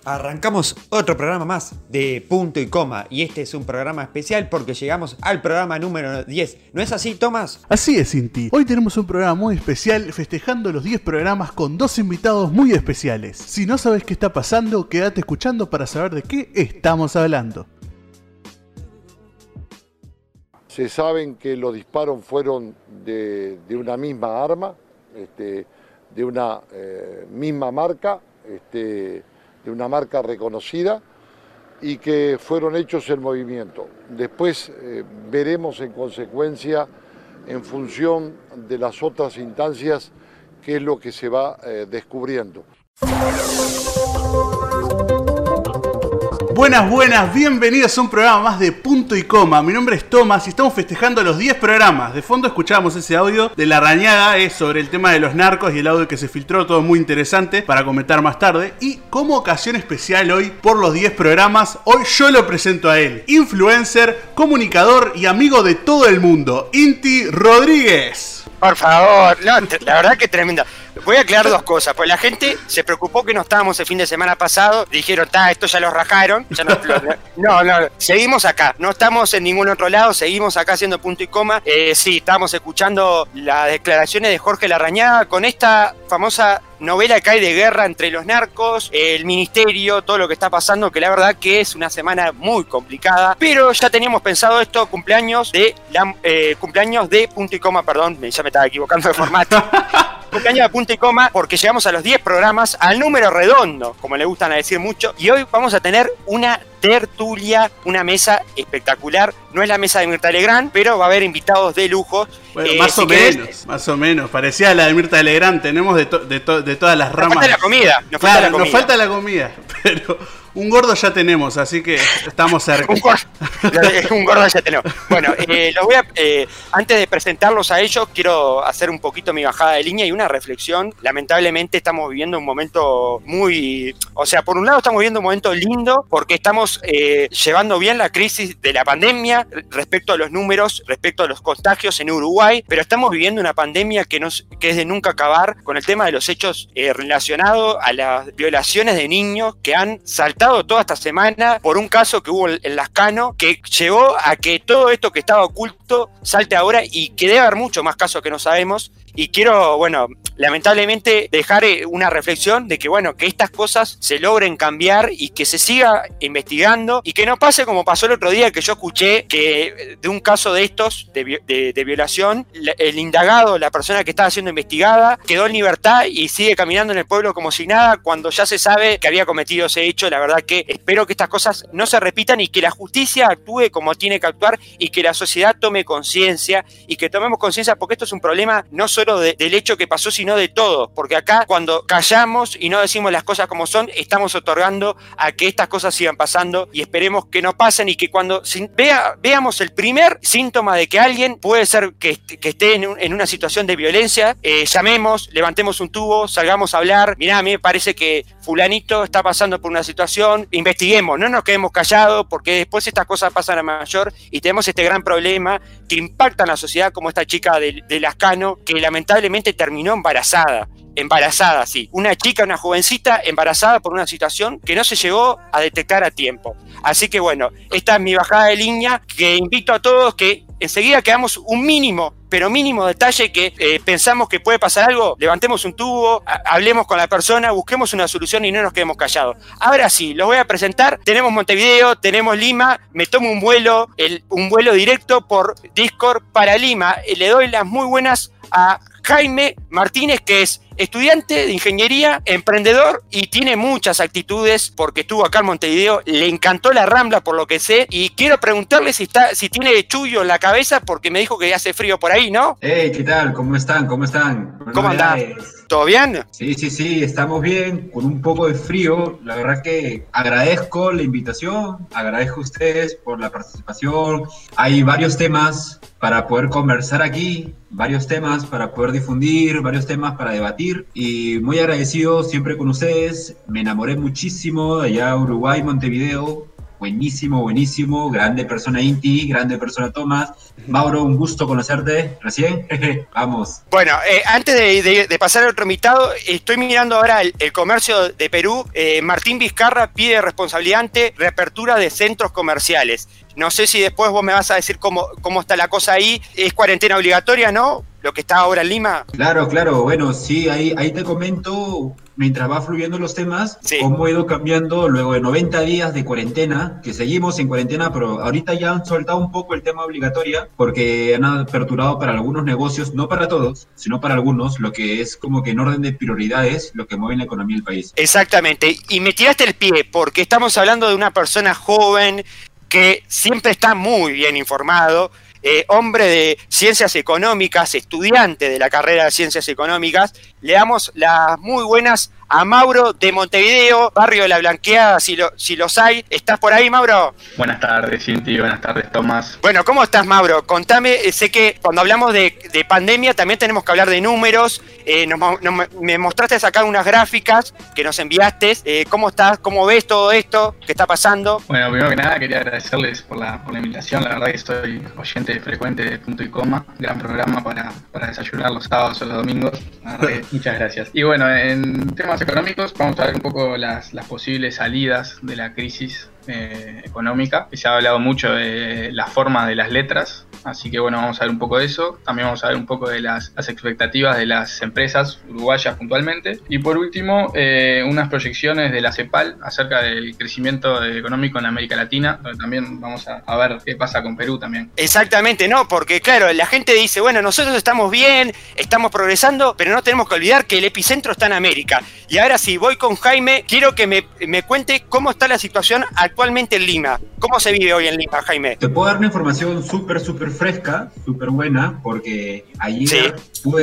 Arrancamos otro programa más de Punto y Coma, y este es un programa especial porque llegamos al programa número 10. ¿No es así, Tomás? Así es, Inti. Hoy tenemos un programa muy especial festejando los 10 programas con dos invitados muy especiales. Si no sabes qué está pasando, quédate escuchando para saber de qué estamos hablando. Se saben que los disparos fueron de una misma arma, de una misma marca, de una marca reconocida y que fueron hechos en movimiento. Después veremos en consecuencia, en función de las otras instancias, qué es lo que se va descubriendo. Buenas, bienvenidos a un programa más de Punto y Coma. Mi nombre es Tomás y estamos festejando los 10 programas. De fondo escuchábamos ese audio de La Rañaga sobre el tema de los narcos y el audio que se filtró, todo muy interesante para comentar más tarde. Y como ocasión especial hoy, por los 10 programas, hoy yo lo presento a él. Influencer, comunicador y amigo de todo el mundo, Inti Rodríguez. Por favor, no, la verdad que tremenda. Voy a aclarar dos cosas, pues la gente se preocupó que no estábamos el fin de semana pasado, dijeron, esto ya lo rajaron, ya no, seguimos acá, no estamos en ningún otro lado, seguimos acá haciendo Punto y Coma. Sí, estamos escuchando las declaraciones de Jorge Larrañaga con esta famosa novela que hay de guerra entre los narcos, el ministerio, todo lo que está pasando, que la verdad que es una semana muy complicada, pero ya teníamos pensado esto, cumpleaños de Punto y Coma, perdón, ya me estaba equivocando de formato. Cumpleaños de Punto y Coma, porque llegamos a los 10 programas, al número redondo, como le gustan a decir mucho, y hoy vamos a tener una tertulia, una mesa espectacular. No es la mesa de Mirta Legrand, pero va a haber invitados de lujo. Bueno, más o menos, parecía la de Mirta Legrand, tenemos de todas las ramas. Nos falta la comida, nos falta la comida, pero un gordo ya tenemos, así que estamos cerca. un gordo ya tenemos. Bueno, antes de presentarlos a ellos, quiero hacer un poquito mi bajada de línea y una reflexión. Lamentablemente estamos viviendo un momento por un lado estamos viviendo un momento lindo, porque estamos llevando bien la crisis de la pandemia respecto a los números, respecto a los contagios en Uruguay, pero estamos viviendo una pandemia que es de nunca acabar, con el tema de los hechos relacionados a las violaciones de niños que han saltado toda esta semana por un caso que hubo en Lascano, que llevó a que todo esto que estaba oculto salte ahora, y que debe haber muchos más casos que no sabemos. Y quiero, lamentablemente dejar una reflexión de que, que estas cosas se logren cambiar y que se siga investigando, y que no pase como pasó el otro día, que yo escuché que de un caso de estos, de violación, el indagado, la persona que estaba siendo investigada, quedó en libertad y sigue caminando en el pueblo como si nada, cuando ya se sabe que había cometido ese hecho. La verdad que espero que estas cosas no se repitan y que la justicia actúe como tiene que actuar, y que la sociedad tome conciencia, y que tomemos conciencia, porque esto es un problema no solo del hecho que pasó, sino de todo, porque acá cuando callamos y no decimos las cosas como son, estamos otorgando a que estas cosas sigan pasando, y esperemos que no pasen, y que cuando veamos el primer síntoma de que alguien puede ser que esté en una situación de violencia, llamemos, levantemos un tubo, salgamos a hablar. Mirá, a mí me parece que fulanito está pasando por una situación, investiguemos, no nos quedemos callados, porque después estas cosas pasan a mayor y tenemos este gran problema que impacta en la sociedad, como esta chica de Lascano, que lamentablemente terminó embarazada, sí. Una chica, una jovencita embarazada por una situación que no se llegó a detectar a tiempo. Así que esta es mi bajada de línea, que invito a todos que enseguida que hagamos un mínimo detalle, que pensamos que puede pasar algo, levantemos un tubo, hablemos con la persona, busquemos una solución y no nos quedemos callados. Ahora sí, los voy a presentar. Tenemos Montevideo, tenemos Lima, me tomo un vuelo directo por Discord para Lima. Le doy las muy buenas a Jaime Martínez, que es estudiante de ingeniería, emprendedor, y tiene muchas actitudes, porque estuvo acá en Montevideo, le encantó la Rambla por lo que sé, y quiero preguntarle si tiene chullo en la cabeza, porque me dijo que hace frío por ahí, ¿no? Hey, ¿qué tal? ¿Cómo están? ¿Cómo andás? ¿Todo bien? Sí, estamos bien, con un poco de frío. La verdad que agradezco la invitación, agradezco a ustedes por la participación. Hay varios temas para poder conversar aquí, varios temas para poder difundir, varios temas para debatir, y muy agradecido siempre con ustedes. Me enamoré muchísimo de allá Uruguay, Montevideo, buenísimo, buenísimo, grande persona Inti, grande persona Tomás. Mauro, un gusto conocerte recién. Vamos. Bueno, antes de pasar al otro invitado, estoy mirando ahora el comercio de Perú. Martín Vizcarra pide responsabilidad ante reapertura de centros comerciales. No sé si después vos me vas a decir cómo está la cosa ahí. Es cuarentena obligatoria, ¿no? Lo que está ahora en Lima. Claro, bueno, sí, ahí te comento, mientras va fluyendo los temas, sí, cómo ha ido cambiando luego de 90 días de cuarentena, que seguimos en cuarentena, pero ahorita ya han soltado un poco el tema obligatoria, porque han aperturado para algunos negocios, no para todos, sino para algunos, lo que es como que en orden de prioridades, lo que mueve la economía del país. Exactamente, y me tiraste el pie, porque estamos hablando de una persona joven que siempre está muy bien informado, hombre de ciencias económicas, estudiante de la carrera de ciencias económicas. Le damos las muy buenas a Mauro de Montevideo, barrio de La Blanqueada, si los hay. ¿Estás por ahí, Mauro? Buenas tardes, Cinti, buenas tardes, Tomás. Bueno, ¿cómo estás, Mauro? Contame, sé que cuando hablamos de pandemia también tenemos que hablar de números. Me mostraste sacar unas gráficas que nos enviaste. ¿Cómo estás? ¿Cómo ves todo esto que está pasando? Bueno, primero que nada quería agradecerles por la invitación. La verdad que soy oyente frecuente de Punto y Coma. Gran programa para desayunar los sábados o los domingos. La verdad que muchas gracias. Y bueno, en temas económicos vamos a ver un poco las posibles salidas de la crisis económica, que se ha hablado mucho de la forma de las letras, así que bueno, vamos a ver un poco de eso. También vamos a ver un poco de las expectativas de las empresas uruguayas puntualmente, y por último unas proyecciones de la CEPAL acerca del crecimiento económico en América Latina, donde también vamos a ver qué pasa con Perú también. Exactamente, no, porque claro, la gente dice, bueno, nosotros estamos bien, estamos progresando, pero no tenemos que olvidar que el epicentro está en América. Y ahora sí, voy con Jaime, quiero que me cuente cómo está la situación actualmente en Lima. ¿Cómo se vive hoy en Lima, Jaime? Te puedo dar una información súper fresca, súper buena, porque ayer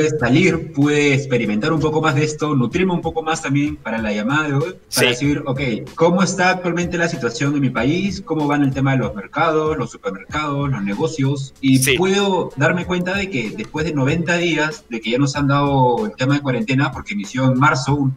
pude experimentar un poco más de esto, nutrirme un poco más también para la llamada de hoy, para decir, ok, ¿cómo está actualmente la situación en mi país? ¿Cómo van el tema de los mercados, los supermercados, los negocios? Y puedo darme cuenta de que después de 90 días, de que ya nos han dado el tema de cuarentena, porque inició en marzo, un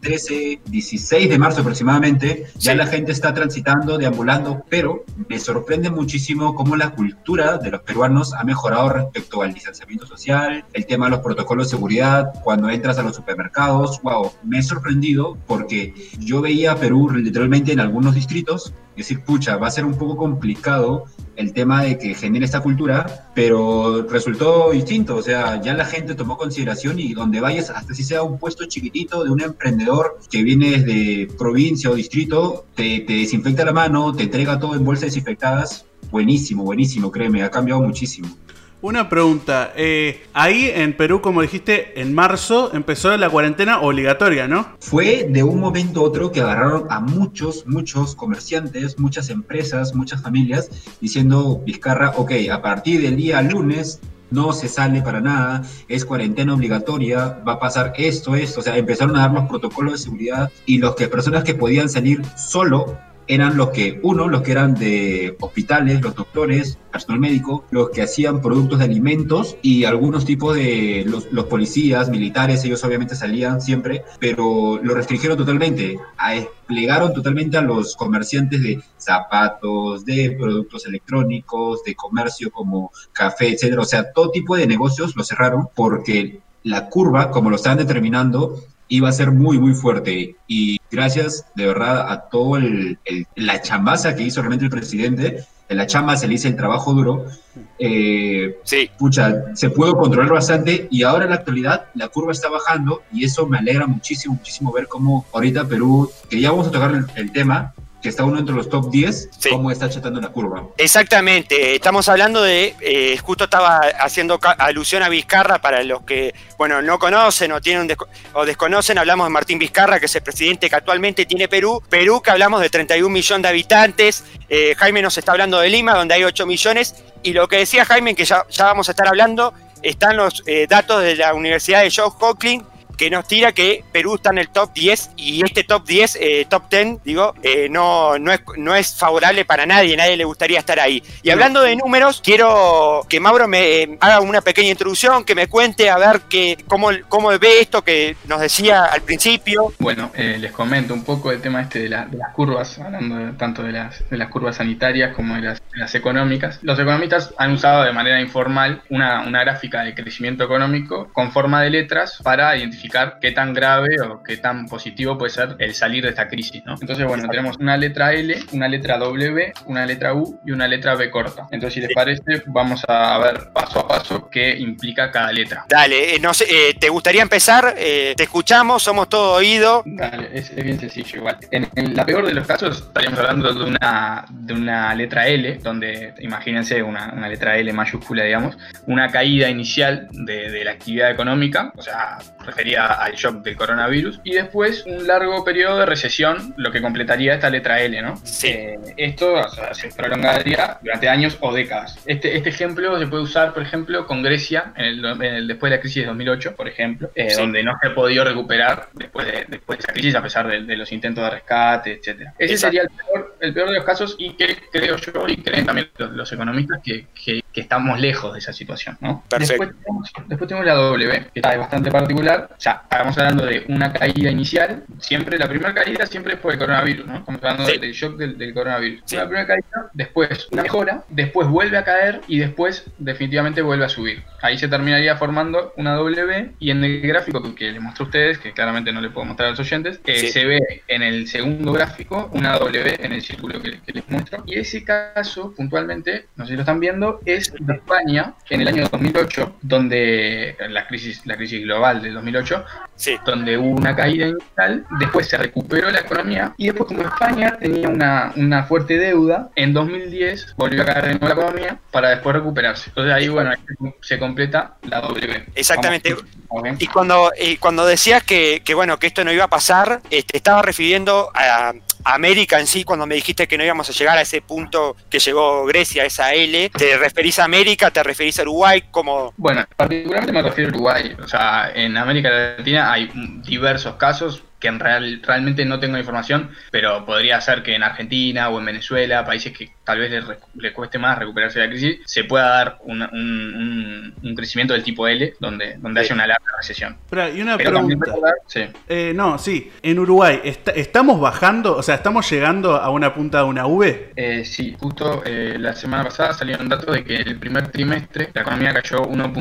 16 de marzo aproximadamente, ya la gente está transitando, deambulando, pero me sorprende muchísimo cómo la cultura de los peruanos ha mejorado respecto al distanciamiento social, el tema de los protocolos de seguridad, cuando entras a los supermercados. Wow, me he sorprendido porque yo veía a Perú literalmente en algunos distritos, decir, pucha, va a ser un poco complicado el tema de que genere esta cultura, pero resultó distinto. O sea, ya la gente tomó consideración, y donde vayas, hasta si sea un puesto chiquitito de un emprendedor que viene desde provincia o distrito, te desinfecta la mano, te entrega todo en bolsas desinfectadas. Buenísimo, créeme, ha cambiado muchísimo. Una pregunta, ahí en Perú, como dijiste, en marzo empezó la cuarentena obligatoria, ¿no? Fue de un momento a otro que agarraron a muchos comerciantes, muchas empresas, muchas familias, diciendo, Vizcarra, ok, a partir del día lunes no se sale para nada, es cuarentena obligatoria, va a pasar esto, o sea, empezaron a dar los protocolos de seguridad, y personas que podían salir solo eran los que eran de hospitales, los doctores, personal médico, los que hacían productos de alimentos, y algunos tipos de los policías, militares. Ellos obviamente salían siempre, pero lo restringieron totalmente, desplegaron totalmente a los comerciantes de zapatos, de productos electrónicos, de comercio como café, etcétera. O sea, todo tipo de negocios lo cerraron porque la curva, como lo estaban determinando, iba a ser muy muy fuerte. Y gracias de verdad a todo la chambaza que hizo realmente el presidente, en la chamba se le hizo el trabajo duro, pucha, se pudo controlar bastante, y ahora en la actualidad la curva está bajando, y eso me alegra muchísimo ver cómo ahorita Perú, que ya vamos a tocar el tema, que está uno entre los top 10, cómo está achatando la curva. Exactamente, estamos hablando de, justo estaba haciendo alusión a Vizcarra, para los que, bueno, no conocen o desconocen, hablamos de Martín Vizcarra, que es el presidente que actualmente tiene Perú, que hablamos de 31 millones de habitantes. Jaime nos está hablando de Lima, donde hay 8 millones, y lo que decía Jaime, que ya vamos a estar hablando, están los datos de la Universidad de Johns Hopkins, que nos tira que Perú está en el top 10 y este top 10, top 10, digo, no es favorable para nadie le gustaría estar ahí. Y hablando de números, quiero que Mauro me haga una pequeña introducción, que me cuente a ver cómo ve esto que nos decía al principio. Bueno, les comento un poco el tema de las curvas, hablando tanto de las curvas sanitarias como de las económicas. Los economistas han usado de manera informal una gráfica de crecimiento económico con forma de letras para identificar qué tan grave o qué tan positivo puede ser el salir de esta crisis, ¿no? Entonces, bueno, tenemos una letra L, una letra W, una letra U y una letra B corta. Entonces, si les parece, vamos a ver paso a paso qué implica cada letra. Dale, no sé, ¿te gustaría empezar? Te escuchamos, somos todo oído. Dale, es bien sencillo igual. En la peor de los casos estaríamos hablando de una letra L, donde imagínense una letra L mayúscula, digamos, una caída inicial de la actividad económica, o sea, referida al shock del coronavirus, y después un largo periodo de recesión, lo que completaría esta letra L, ¿no? Sí. Esto, o sea, se prolongaría durante años o décadas. Este ejemplo se puede usar, por ejemplo, con Grecia después de la crisis de 2008, por ejemplo, sí, donde no se ha podido recuperar después de esa crisis, a pesar de los intentos de rescate, etcétera. Ese sería el peor de los casos, y que creo yo, y creen también los economistas, que estamos lejos de esa situación, ¿no? Perfecto. Después tenemos la W, que es bastante particular. O sea, estamos hablando de una caída inicial. La primera caída siempre es por el coronavirus, ¿no? Estamos hablando del shock del coronavirus. Sí. Una primera caída, después una mejora, después vuelve a caer y después definitivamente vuelve a subir. Ahí se terminaría formando una W, y en el gráfico que les muestro a ustedes, que claramente no le puedo mostrar a los oyentes, Sí. se ve en el segundo gráfico una W en el círculo que les muestro. Y ese caso, puntualmente, no sé si lo están viendo, es de España en el año 2008, donde la crisis global del 2008, Sí. donde hubo una caída inicial, después se recuperó la economía, y después, como España tenía una fuerte deuda, en 2010 volvió a caer de nuevo la economía para después recuperarse. Entonces ahí, bueno, ahí se completa la W. Exactamente. Vamos bien. Y cuando decías que esto no iba a pasar, te estaba refiriendo a América en sí, cuando me dijiste que no íbamos a llegar a ese punto que llegó Grecia, esa L. ¿Te referís a América? ¿Te referís a Uruguay? ¿Cómo? Bueno, particularmente me refiero a Uruguay. O sea, en América Latina hay diversos casos que realmente no tengo información, pero podría ser que en Argentina o en Venezuela, países que tal vez les cueste más recuperarse de la crisis, se pueda dar un crecimiento del tipo L, donde haya una larga recesión. Y una Pero pregunta. Sí. En Uruguay, ¿estamos bajando? O sea, ¿estamos llegando a una punta de una V? Sí, justo la semana pasada salieron datos de que el primer trimestre la economía cayó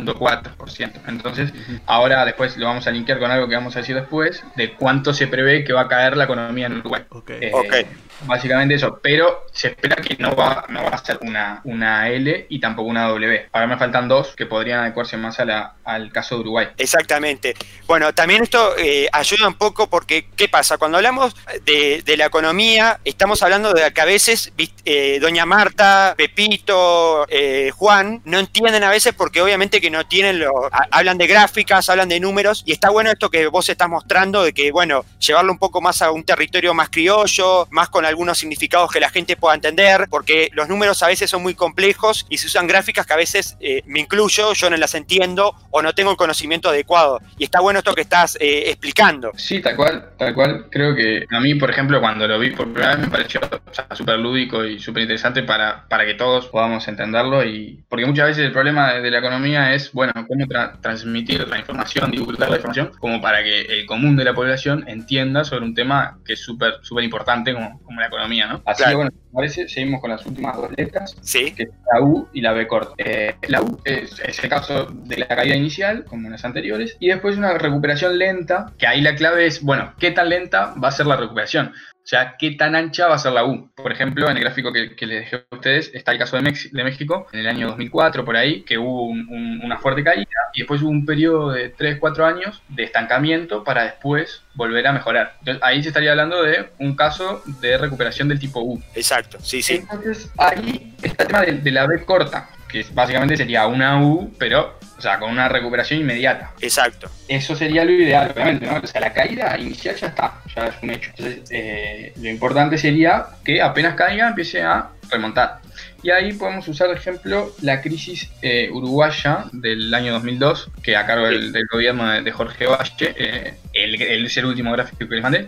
1.4%. Entonces, ahora después lo vamos a linkear con algo que vamos a decir después, de cuánto se prevé que va a caer la economía en Uruguay. Okay. Básicamente eso, pero se espera que no va a ser una L y tampoco una W. Ahora me faltan dos que podrían adecuarse más al caso de Uruguay. Exactamente. Bueno, también esto ayuda un poco porque, ¿qué pasa? Cuando hablamos de la economía, estamos hablando de que a veces doña Marta, Pepito, Juan, no entienden a veces porque obviamente que no tienen hablan de gráficas, hablan de números, y está bueno esto que vos estás mostrando de que, bueno, llevarlo un poco más a un territorio más criollo, más con algunos significados que la gente pueda entender, porque los números a veces son muy complejos y se usan gráficas que a veces me incluyo, yo no las entiendo o no tengo el conocimiento adecuado. Y está bueno esto que estás explicando. Sí, tal cual. Creo que a mí, por ejemplo, cuando lo vi por primera vez me pareció súper lúdico y súper interesante para que todos podamos entenderlo, y porque muchas veces el problema de la economía es, bueno, cómo transmitir la información, divulgar la información, como para que el común de la población entienda sobre un tema que es súper importante como la economía, ¿no? Así que, bueno, si me parece, seguimos con las últimas dos letras, ¿Sí? que es la U y la B corta. La U es el caso de la caída inicial, como en las anteriores, y después una recuperación lenta, que ahí la clave es, bueno, ¿qué tan lenta va a ser la recuperación? O sea, ¿qué tan ancha va a ser la U? Por ejemplo, en el gráfico que les dejé a ustedes está el caso de México, en el año 2004, por ahí, que hubo una fuerte caída, y después hubo un periodo de 3-4 años de estancamiento para después volver a mejorar. Entonces, ahí se estaría hablando de un caso de recuperación del tipo U. Exacto, sí. Entonces, ahí está el tema de la B corta, que básicamente sería una U, pero, o sea, con una recuperación inmediata. Exacto. Eso sería lo ideal, obviamente, ¿no? O sea, la caída inicial ya es un hecho. Entonces, lo importante sería que apenas caiga empiece a remontar. Y ahí podemos usar de ejemplo la crisis uruguaya del año 2002, que a cargo del gobierno de Jorge Valle, es el último gráfico que les mandé.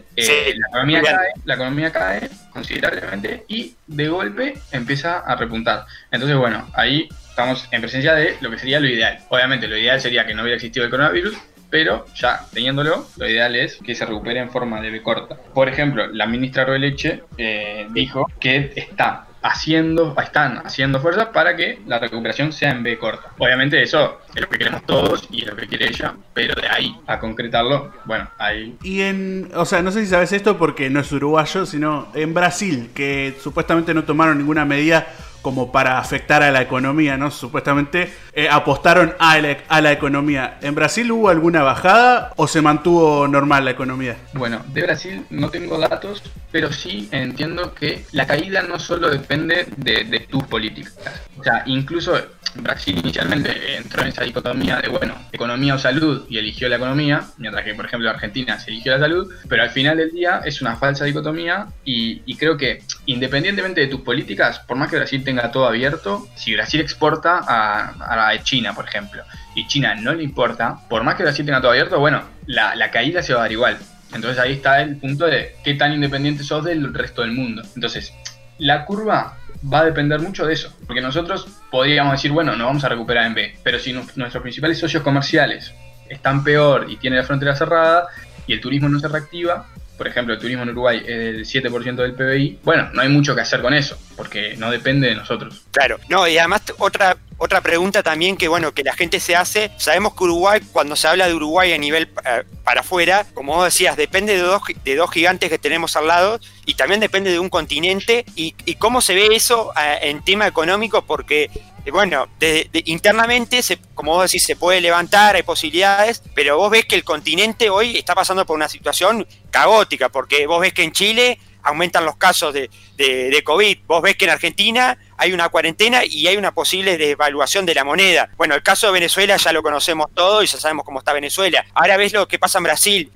La economía cae considerablemente y de golpe empieza a repuntar. Entonces, bueno, ahí estamos en presencia de lo que sería lo ideal. Obviamente, lo ideal sería que no hubiera existido el coronavirus, pero ya teniéndolo, lo ideal es que se recupere en forma de V corta. Por ejemplo, la ministra Roeleche dijo que están haciendo fuerza para que la recuperación sea en V corta. Obviamente eso es lo que queremos todos y es lo que quiere ella, pero de ahí a concretarlo, bueno, ahí... O sea, no sé si sabes esto porque no es uruguayo, sino en Brasil, que supuestamente no tomaron ninguna medida como para afectar a la economía, ¿no? Supuestamente apostaron a la economía. ¿En Brasil hubo alguna bajada o se mantuvo normal la economía? Bueno, de Brasil no tengo datos, pero sí entiendo que la caída no solo depende de tus políticas. O sea, incluso Brasil inicialmente entró en esa dicotomía de, bueno, economía o salud, y eligió la economía, mientras que, por ejemplo, Argentina se eligió la salud, pero al final del día es una falsa dicotomía y creo que, independientemente de tus políticas, por más que Brasil tenga todo abierto, si Brasil exporta a China, por ejemplo, y China no le importa, por más que Brasil tenga todo abierto, bueno, la caída se va a dar igual. Entonces ahí está el punto de qué tan independiente sos del resto del mundo. Entonces, la curva va a depender mucho de eso, porque nosotros podríamos decir, bueno, nos vamos a recuperar en B, pero si nuestros principales socios comerciales están peor y tienen la frontera cerrada y el turismo no se reactiva, por ejemplo, el turismo en Uruguay es del 7% del PBI, bueno, no hay mucho que hacer con eso, porque no depende de nosotros. Claro, no, y además otra pregunta también que, bueno, que la gente se hace, sabemos que Uruguay, cuando se habla de Uruguay a nivel para afuera, como vos decías, depende de dos gigantes que tenemos al lado y también depende de un continente y cómo se ve eso en tema económico, porque... Bueno, internamente, como vos decís, se puede levantar, hay posibilidades, pero vos ves que el continente hoy está pasando por una situación caótica, porque vos ves que en Chile aumentan los casos de COVID, vos ves que en Argentina hay una cuarentena y hay una posible devaluación de la moneda. Bueno, el caso de Venezuela ya lo conocemos todo y ya sabemos cómo está Venezuela. Ahora ves lo que pasa en Brasil.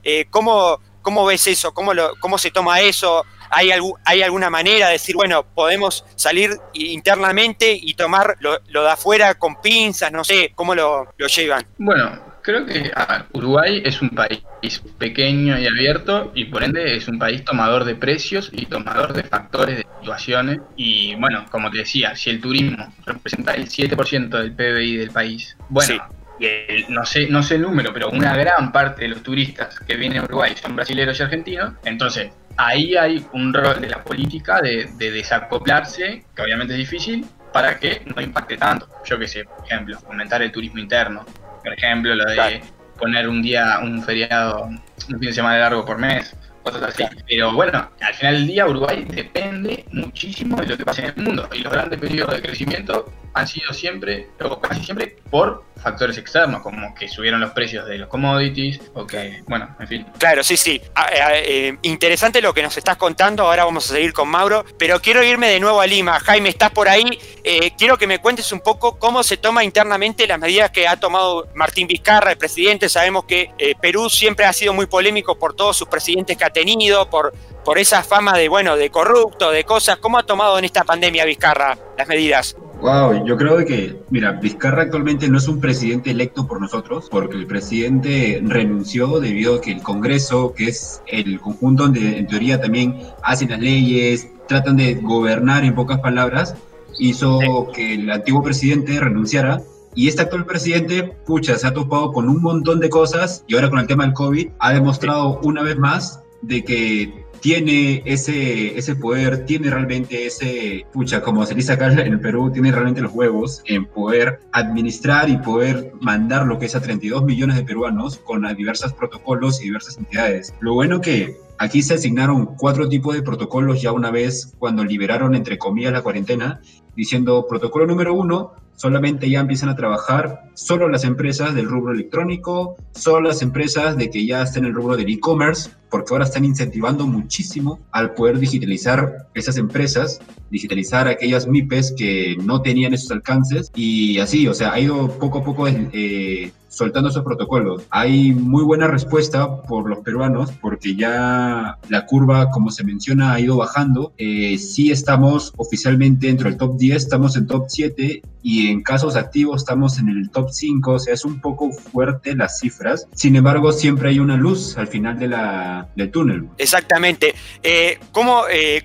¿Cómo ves eso? ¿Cómo se toma eso? ¿Hay alguna manera de decir, bueno, podemos salir internamente y tomar lo de afuera con pinzas? No sé, ¿cómo lo llevan? Bueno, creo que Uruguay es un país pequeño y abierto y por ende es un país tomador de precios y tomador de factores de situaciones. Y bueno, como te decía, si el turismo representa el 7% del PBI del país, bueno... Sí. No sé el número, pero una gran parte de los turistas que vienen a Uruguay son brasileños y argentinos, entonces ahí hay un rol de la política de desacoplarse, que obviamente es difícil, para que no impacte tanto. Yo qué sé, por ejemplo, fomentar el turismo interno, por ejemplo, lo de poner un feriado, un fin de semana largo por mes, cosas así. Pero bueno, al final del día Uruguay depende muchísimo de lo que pasa en el mundo, y los grandes periodos de crecimiento han sido siempre, o casi siempre, por factores externos, como que subieron los precios de los commodities, o que, bueno, en fin. Claro, sí. Interesante lo que nos estás contando, ahora vamos a seguir con Mauro, pero quiero irme de nuevo a Lima. Jaime, ¿estás por ahí? Quiero que me cuentes un poco cómo se toma internamente las medidas que ha tomado Martín Vizcarra, el presidente. Sabemos que Perú siempre ha sido muy polémico por todos sus presidentes que ha tenido, por esa fama de corrupto, de cosas. ¿Cómo ha tomado en esta pandemia Vizcarra las medidas? Wow, yo creo que, mira, Vizcarra actualmente no es un presidente electo por nosotros, porque el presidente renunció debido a que el Congreso, que es el conjunto donde en teoría también hacen las leyes, tratan de gobernar en pocas palabras, hizo que el antiguo presidente renunciara. Y este actual presidente, se ha topado con un montón de cosas y ahora con el tema del COVID ha demostrado una vez más de que tiene ese poder, tiene realmente como se dice acá en el Perú, tiene realmente los huevos en poder administrar y poder mandar lo que es a 32 millones de peruanos con diversos protocolos y diversas entidades. Lo bueno que aquí se asignaron 4 tipos de protocolos ya una vez cuando liberaron, entre comillas, la cuarentena, diciendo protocolo número 1, solamente ya empiezan a trabajar solo las empresas del rubro electrónico, solo las empresas de que ya están en el rubro del e-commerce, porque ahora están incentivando muchísimo al poder digitalizar esas empresas, digitalizar aquellas MIPES que no tenían esos alcances, y así, o sea, ha ido poco a poco soltando esos protocolos. Hay muy buena respuesta por los peruanos porque ya la curva, como se menciona, ha ido bajando. Sí estamos oficialmente dentro del top 10, estamos en top 7 y en casos activos estamos en el top 5, o sea, es un poco fuerte las cifras. Sin embargo, siempre hay una luz al final del túnel. Exactamente. ¿Cómo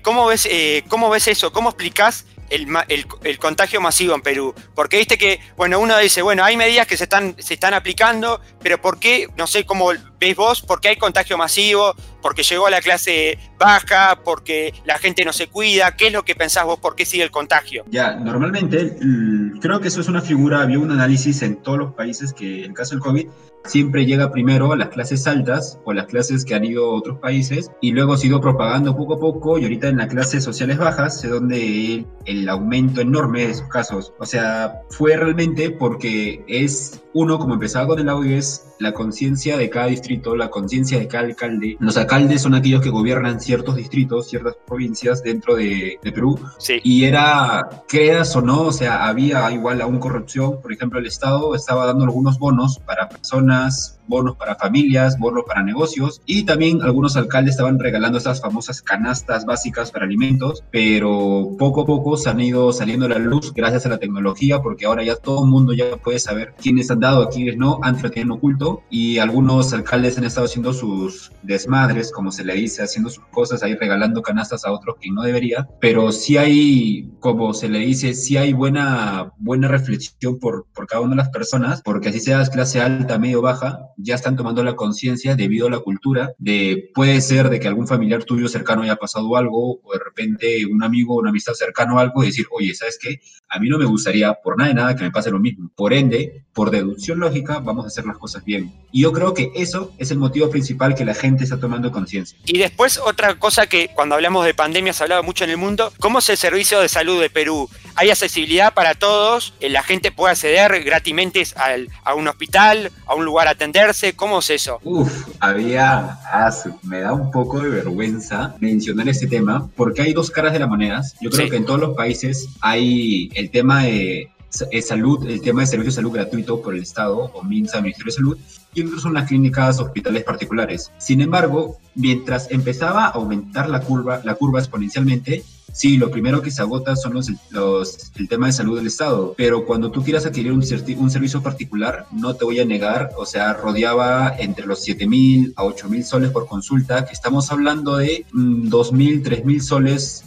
ves eso? ¿Cómo explicás el contagio masivo en Perú? Porque viste que, bueno, uno dice, bueno, hay medidas que se están aplicando, pero ¿por qué? No sé cómo ves vos, ¿por qué hay contagio masivo? ¿Porque llegó a la clase baja? ¿Porque la gente no se cuida? ¿Qué es lo que pensás vos? ¿Por qué sigue el contagio? Ya, normalmente creo que eso es una figura, había un análisis en todos los países que en el caso del COVID siempre llega primero a las clases altas o las clases que han ido a otros países y luego se ha ido propagando poco a poco y ahorita en las clases sociales bajas es donde el aumento enorme de esos casos. O sea, fue realmente porque es uno, como empezaba con el audio, es la conciencia de cada distrito, la conciencia de cada alcalde. Los alcaldes son aquellos que gobiernan ciertos distritos, ciertas provincias dentro de Perú. Sí. Y era, creas o no, o sea, había igual aún corrupción. Por ejemplo, el Estado estaba dando algunos bonos para personas, bonos para familias, bonos para negocios, y también algunos alcaldes estaban regalando esas famosas canastas básicas para alimentos, pero poco a poco se han ido saliendo a la luz gracias a la tecnología, porque ahora ya todo el mundo ya puede saber quiénes han dado, quiénes no, antes lo tenían oculto, y algunos alcaldes han estado haciendo sus desmadres, como se le dice, haciendo sus cosas ahí, regalando canastas a otros que no debería, pero sí hay, como se le dice, sí hay buena reflexión por cada una de las personas, porque así seas clase alta, medio, baja, ya están tomando la conciencia debido a la cultura de, puede ser de que algún familiar tuyo cercano haya pasado algo, o de repente un amigo, una amistad cercano a algo, y decir, oye, ¿sabes qué? A mí no me gustaría por nada de nada que me pase lo mismo. Por ende, por deducción lógica, vamos a hacer las cosas bien. Y yo creo que eso es el motivo principal que la gente está tomando conciencia. Y después, otra cosa que cuando hablamos de pandemia se ha hablado mucho en el mundo, ¿cómo es el servicio de salud de Perú? ¿Hay accesibilidad para todos? ¿La gente puede acceder gratismente a un hospital, a un lugar a atenderse? ¿Cómo es eso? Me da un poco de vergüenza mencionar este tema, porque hay dos caras de la moneda. Yo creo que en todos los países hay el tema de salud, el tema de servicio de salud gratuito por el Estado o MINSA, Ministerio de Salud, y otros son las clínicas, hospitales particulares. Sin embargo, mientras empezaba a aumentar la curva exponencialmente, sí, lo primero que se agota son el tema de salud del Estado, pero cuando tú quieras adquirir un servicio particular, no te voy a negar, o sea, rodeaba entre los 7.000 a 8.000 soles por consulta, que estamos hablando de 2.000, 3.000 soles,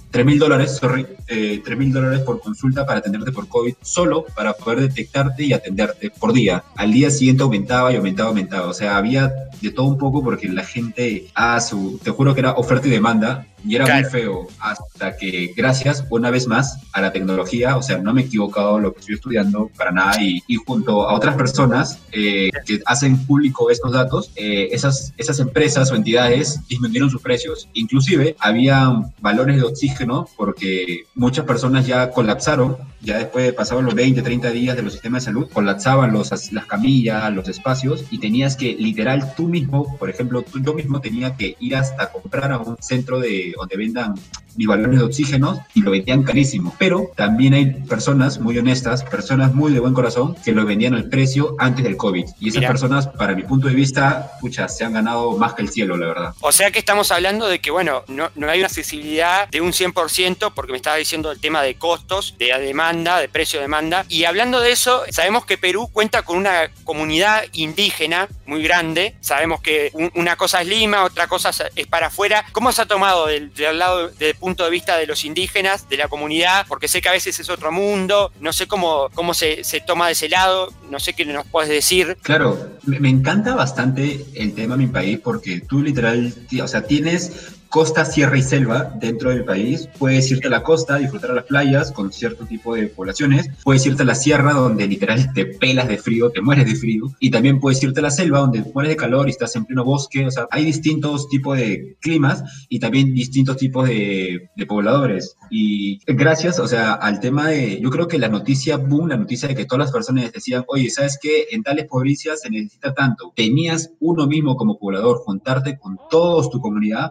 $3.000 por consulta para atenderte por COVID, solo para poder detectarte y atenderte por día. Al día siguiente aumentaba y aumentaba, o sea, había de todo un poco porque la gente, te juro que era oferta y demanda, y era muy feo, hasta que gracias una vez más a la tecnología, o sea, no me he equivocado lo que estoy estudiando para nada, y junto a otras personas que hacen público estos datos, esas empresas o entidades disminuyeron sus precios. Inclusive había valores de oxígeno porque muchas personas ya colapsaron, ya después de pasaban los 20, 30 días de los sistemas de salud, colapsaban las camillas, los espacios, y tenías que literal tú mismo, por ejemplo, yo mismo tenía que ir hasta comprar a un centro donde vendan mis balones de oxígeno, y lo vendían carísimo. Pero también hay personas muy honestas, personas muy de buen corazón, que lo vendían al precio antes del COVID. Y esas personas, para mi punto de vista, se han ganado más que el cielo, la verdad. O sea que estamos hablando de que, bueno, no hay una accesibilidad de un 100%, porque me estaba diciendo el tema de costos, de demanda, de precio-demanda. Y hablando de eso, sabemos que Perú cuenta con una comunidad indígena muy grande. Sabemos que una cosa es Lima, otra cosa es para afuera. ¿Cómo se ha tomado del lado del punto de vista de los indígenas, de la comunidad? Porque sé que a veces es otro mundo, no sé cómo se toma de ese lado, no sé qué nos puedes decir. Claro, me encanta bastante el tema de mi país, porque tú literal, o sea, tienes costa, sierra y selva dentro del país. Puedes irte a la costa, disfrutar de las playas con cierto tipo de poblaciones. Puedes irte a la sierra, donde literal te pelas de frío, te mueres de frío. Y también puedes irte a la selva, donde te mueres de calor y estás en pleno bosque. O sea, hay distintos tipos de climas y también distintos tipos de pobladores. Y gracias, o sea, al tema yo creo que la noticia boom, la noticia de que todas las personas decían, oye, ¿sabes qué? En tales provincias se necesita tanto. Tenías uno mismo como poblador juntarte con toda tu comunidad para hacer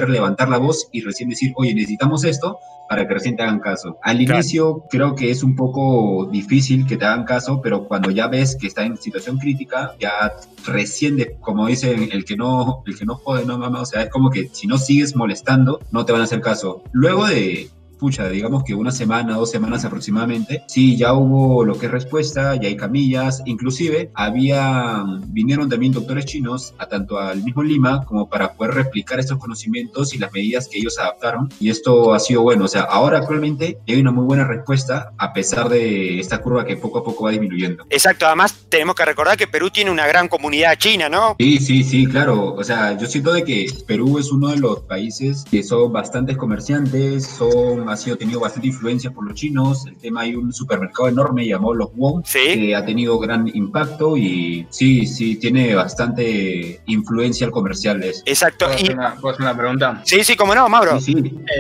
poder levantar la voz y recién decir, oye, necesitamos esto, para que recién te hagan caso. Al inicio creo que es un poco difícil que te hagan caso, pero cuando ya ves que está en situación crítica, ya recién, como dicen, el que no jode, no mama, o sea, es como que si no sigues molestando, no te van a hacer caso. Luego de... digamos que una semana, 2 semanas aproximadamente, sí, ya hubo lo que es respuesta, ya hay camillas, inclusive vinieron también doctores chinos tanto al mismo Lima como para poder replicar estos conocimientos y las medidas que ellos adaptaron, y esto ha sido bueno, o sea, ahora actualmente hay una muy buena respuesta a pesar de esta curva que poco a poco va disminuyendo. Exacto, además tenemos que recordar que Perú tiene una gran comunidad china, ¿no? Sí, claro, o sea, yo siento de que Perú es uno de los países que son bastantes comerciantes, ha tenido bastante influencia por los chinos. El tema, hay un supermercado enorme llamado Los Wong, que ha tenido gran impacto y sí, tiene bastante influencia al comercial. Exacto. ¿Puedo hacer una pregunta? Sí, como no, Mauro. Sí.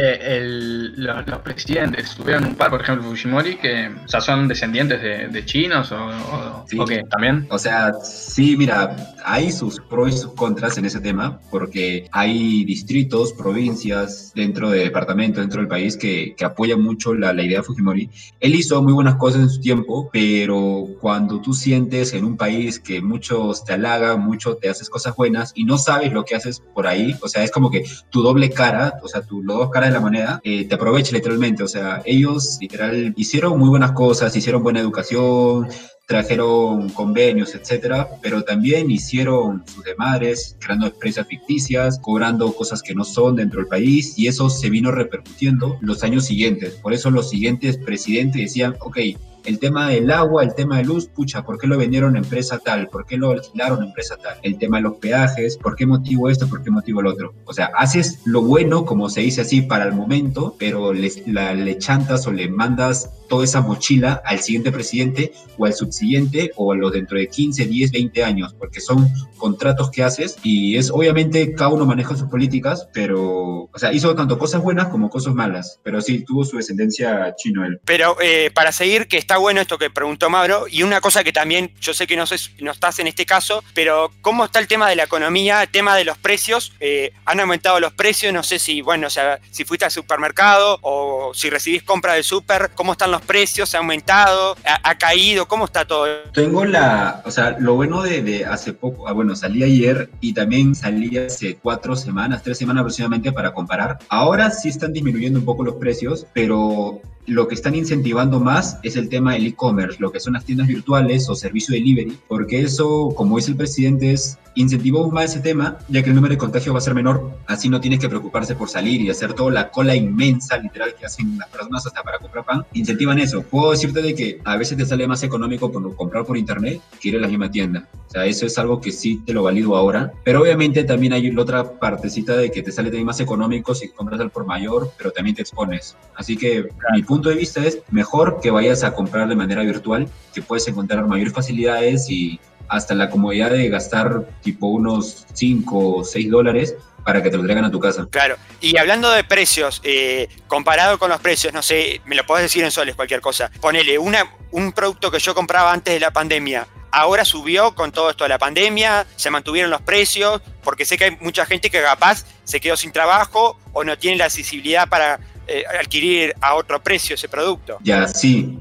Los presidentes, tuvieron un par, por ejemplo, Fujimori, que son descendientes de chinos o qué, ¿también? O sea, sí, mira, hay sus pros y sus contras en ese tema, porque hay distritos, provincias dentro de departamentos, dentro del país que apoyan mucho la idea de Fujimori. Él hizo muy buenas cosas en su tiempo, pero cuando tú sientes en un país que muchos te halagan, mucho te haces cosas buenas y no sabes lo que haces por ahí, o sea, es como que tu doble cara, o sea, las dos caras de la moneda, te aprovecha literalmente. O sea, ellos literal hicieron muy buenas cosas, hicieron buena educación, trajeron convenios, etcétera, pero también hicieron sus desmadres, creando empresas ficticias, cobrando cosas que no son dentro del país, y eso se vino repercutiendo los años siguientes. Por eso los siguientes presidentes decían, ok, el tema del agua, el tema de luz, pucha, ¿por qué lo vendieron a empresa tal? ¿Por qué lo alquilaron a empresa tal? El tema de los peajes, ¿por qué motivo esto? ¿Por qué motivo el otro? O sea, haces lo bueno, como se dice así, para el momento, pero le chantas o le mandas toda esa mochila al siguiente presidente o al subsiguiente o a los dentro de 15, 10, 20 años, porque son contratos que haces y es obviamente cada uno maneja sus políticas, pero, o sea, hizo tanto cosas buenas como cosas malas, pero sí, tuvo su descendencia chino él. Pero para seguir, que está bueno esto que preguntó Mauro, y una cosa que también, yo sé que no estás en este caso, pero ¿cómo está el tema de la economía, el tema de los precios? ¿Han aumentado los precios? No sé si, bueno, o sea, si fuiste al supermercado o si recibís compra del súper, ¿cómo están los precios? ¿Ha aumentado? ¿Ha caído? ¿Cómo está todo? Tengo o sea, lo bueno de hace poco, bueno, salí ayer y también salí hace 3 semanas aproximadamente para comparar. Ahora sí están disminuyendo un poco los precios, pero lo que están incentivando más es el tema del e-commerce, lo que son las tiendas virtuales o servicio delivery, porque eso, como dice el presidente, incentivó más ese tema, ya que el número de contagio va a ser menor, así no tienes que preocuparse por salir y hacer toda la cola inmensa, literal, que hacen las personas hasta para comprar pan. Incentivan eso. Puedo decirte de que a veces te sale más económico comprar por internet que ir a la misma tienda. O sea, eso es algo que sí te lo valido ahora, pero obviamente también hay la otra partecita de que te sale también más económico si compras al por mayor, pero también te expones. Así que mi punto de vista es mejor que vayas a comprar de manera virtual, que puedes encontrar mayores facilidades y hasta la comodidad de gastar tipo unos 5 o 6 dólares para que te lo traigan a tu casa. Claro, y hablando de precios, comparado con los precios, no sé, me lo podés decir en soles, cualquier cosa. Ponele, un producto que yo compraba antes de la pandemia, ahora subió con todo esto de la pandemia, se mantuvieron los precios, porque sé que hay mucha gente que capaz se quedó sin trabajo o no tiene la accesibilidad para adquirir a otro precio ese producto. Ya, sí,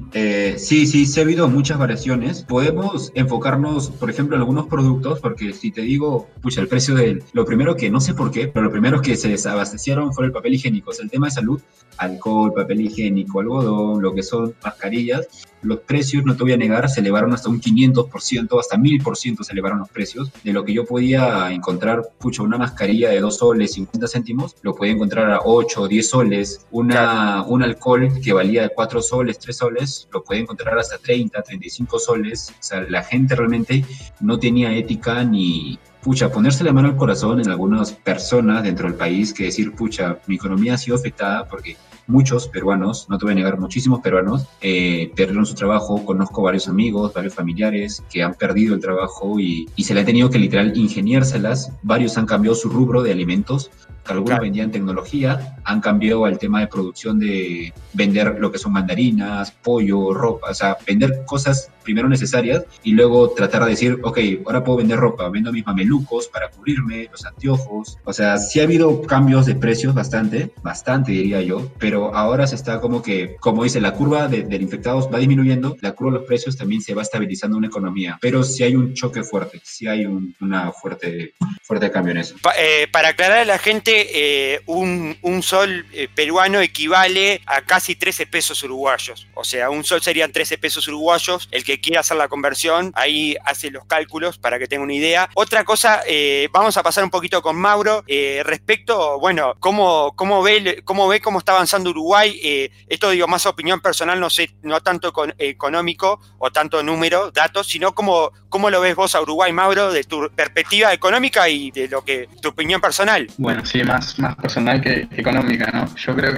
ha habido muchas variaciones. Podemos enfocarnos, por ejemplo, en algunos productos, porque si te digo, pucha, el precio lo primero que, no sé por qué, pero lo primero que se desabastecieron fue el papel higiénico. O sea, el tema de salud, alcohol, papel higiénico, algodón, lo que son mascarillas, los precios, no te voy a negar, se elevaron hasta un 500%, hasta 1000% se elevaron los precios. De lo que yo podía encontrar, pucha, una mascarilla de 2 soles 50 céntimos, lo podía encontrar a 8 o 10 soles. Un alcohol que valía 4 soles, 3 soles, lo podía encontrar hasta 30, 35 soles. O sea, la gente realmente no tenía ética ni... Pucha, ponerse la mano al corazón en algunas personas dentro del país que decir, pucha, mi economía ha sido afectada porque muchos peruanos, no te voy a negar, muchísimos peruanos perdieron su trabajo. Conozco varios amigos, varios familiares que han perdido el trabajo y se le ha tenido que literal ingeniárselas. Varios han cambiado su rubro de alimentos. Algunos vendían tecnología, han cambiado al tema de producción de vender lo que son mandarinas, pollo, ropa, o sea, vender cosas primero necesarias y luego tratar de decir, ok, ahora puedo vender ropa, vendo mis mamelucos, mamelucos para cubrirme, los anteojos. O sea, sí ha habido cambios de precios bastante diría yo, pero ahora se está como que, como dice, la curva de infectados va disminuyendo, la curva de los precios también se va estabilizando una economía, pero sí hay un choque fuerte, sí hay una fuerte cambio en eso. Para aclarar a la gente, un sol peruano equivale a casi 13 pesos uruguayos. O sea, un sol serían 13 pesos uruguayos. El que quiera hacer la conversión, ahí hace los cálculos para que tenga una idea. Otra cosa, vamos a pasar un poquito con Mauro, respecto, bueno, cómo ve cómo está avanzando Uruguay. Esto digo más opinión personal, no sé, no tanto económico o tanto número, datos, sino cómo lo ves vos a Uruguay, Mauro, de tu perspectiva económica y de tu opinión personal. Bueno, sí, más personal que económica, ¿no? Yo creo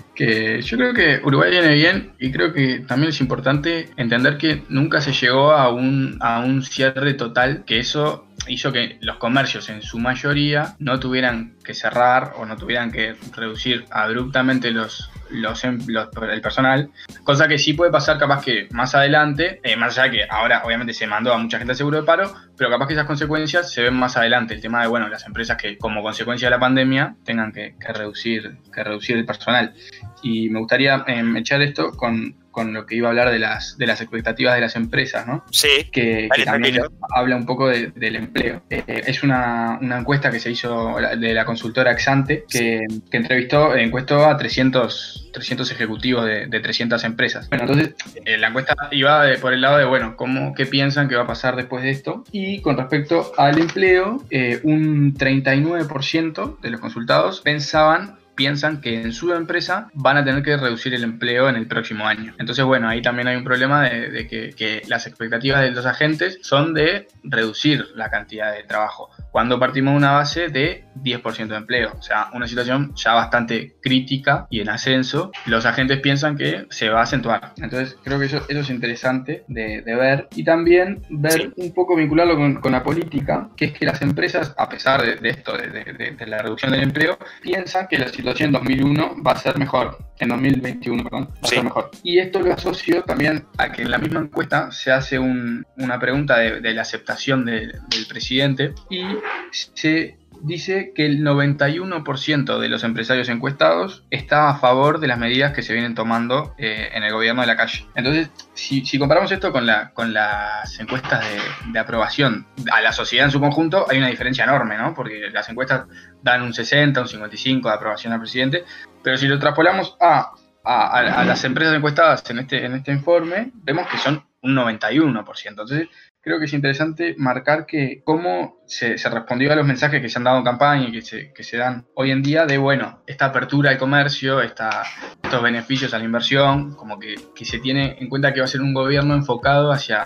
que Uruguay viene bien, y creo que también es importante entender que nunca se llegó a un cierre total, que eso hizo que los comercios en su mayoría no tuvieran que cerrar o no tuvieran que reducir abruptamente el personal, cosa que sí puede pasar capaz que más adelante, más allá de que ahora obviamente se mandó a mucha gente al seguro de paro, pero capaz que esas consecuencias se ven más adelante, el tema de, bueno, las empresas que como consecuencia de la pandemia tengan que reducir el personal. Y me gustaría echar esto con lo que iba a hablar de las expectativas de las empresas, ¿no? Sí, que también habla un poco del empleo. Es una encuesta que se hizo de la consultora Exante, que encuestó a 300 ejecutivos de 300 empresas. Bueno, entonces la encuesta iba por el lado de, bueno, qué piensan que va a pasar después de esto. Y con respecto al empleo, un 39% de los consultados piensan que en su empresa van a tener que reducir el empleo en el próximo año. Entonces, bueno, ahí también hay un problema de que las expectativas de los agentes son de reducir la cantidad de trabajo, cuando partimos de una base de 10% de empleo. O sea, una situación ya bastante crítica y en ascenso. Los agentes piensan que se va a acentuar. Entonces, creo que eso es interesante de ver. Y también ver un poco, vincularlo con la política, que es que las empresas, a pesar de esto, de la reducción del empleo, piensan que la situación en 2001 va a ser mejor, en 2021, perdón, va a ser mejor. Y esto lo asocio también a que en la misma encuesta se hace una pregunta de la aceptación del presidente, y se dice que el 91% de los empresarios encuestados está a favor de las medidas que se vienen tomando en el gobierno de la calle. Entonces, si comparamos esto con las encuestas de aprobación a la sociedad en su conjunto, hay una diferencia enorme, ¿no? Porque las encuestas dan un 60, un 55 de aprobación al presidente, pero si lo traspolamos a las empresas encuestadas en este informe, vemos que son un 91%. Entonces, creo que es interesante marcar que cómo se respondió a los mensajes que se han dado en campaña y que se dan hoy en día de, bueno, esta apertura al comercio, estos beneficios a la inversión, como que se tiene en cuenta que va a ser un gobierno enfocado hacia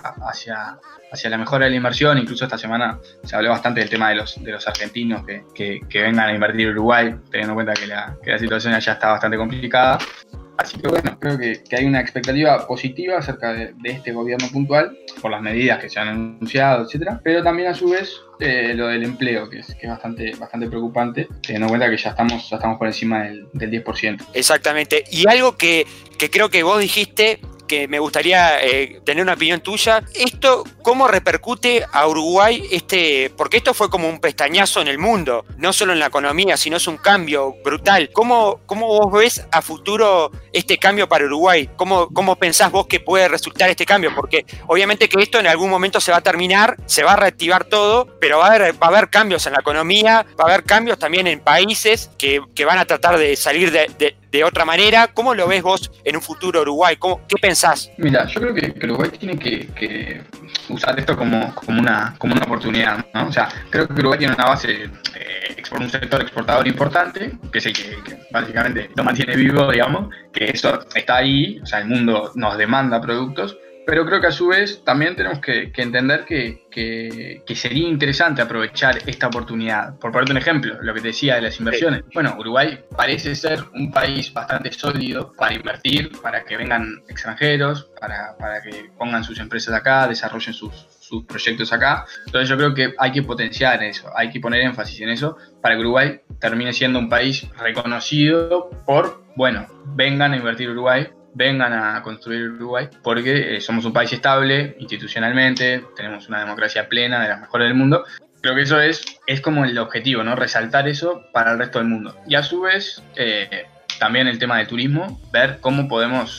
la mejora de la inversión. Incluso esta semana se habló bastante del tema de los argentinos que vengan a invertir en Uruguay, teniendo en cuenta que la situación allá está bastante complicada. Así que bueno, creo que hay una expectativa positiva acerca de este gobierno puntual, por las medidas que se han anunciado, etcétera, pero también a su vez lo del empleo, que es bastante preocupante, teniendo en cuenta que ya estamos por encima del 10%. Exactamente. Y algo que creo que vos dijiste, que me gustaría tener una opinión tuya. ¿Esto cómo repercute a Uruguay? Porque esto fue como un pestañazo en el mundo, no solo en la economía, sino es un cambio brutal. ¿Cómo vos ves a futuro este cambio para Uruguay? ¿Cómo pensás vos que puede resultar este cambio? Porque obviamente que esto en algún momento se va a terminar, se va a reactivar todo, pero va a haber cambios en la economía, va a haber cambios también en países que van a tratar de salir de otra manera. ¿Cómo lo ves vos en un futuro Uruguay? ¿Qué pensás? Mira, yo creo que Uruguay tiene que usar esto como una oportunidad, ¿no? O sea, creo que Uruguay tiene una base, un sector exportador importante, que es el que básicamente lo mantiene vivo, digamos, que eso está ahí, o sea, el mundo nos demanda productos. Pero creo que a su vez también tenemos que entender que sería interesante aprovechar esta oportunidad. Por ponerte un ejemplo, lo que te decía de las inversiones. Bueno, Uruguay parece ser un país bastante sólido para invertir, para que vengan extranjeros, para que pongan sus empresas acá, desarrollen sus proyectos acá. Entonces yo creo que hay que potenciar eso, hay que poner énfasis en eso para que Uruguay termine siendo un país reconocido por, bueno, vengan a invertir Uruguay, vengan a construir Uruguay, porque somos un país estable institucionalmente, tenemos una democracia plena, de las mejores del mundo, Creo que eso es como el objetivo, ¿no? Resaltar eso para el resto del mundo. Y a su vez, también el tema del turismo, ver cómo podemos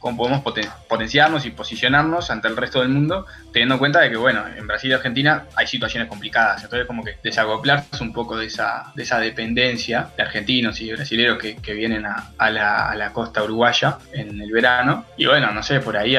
potenciarnos y posicionarnos ante el resto del mundo, teniendo en cuenta de que, bueno, en Brasil y Argentina hay situaciones complicadas, entonces como que desacoplarse un poco de esa dependencia de argentinos y brasileños que vienen a la costa uruguaya en el verano, y bueno, no sé, por ahí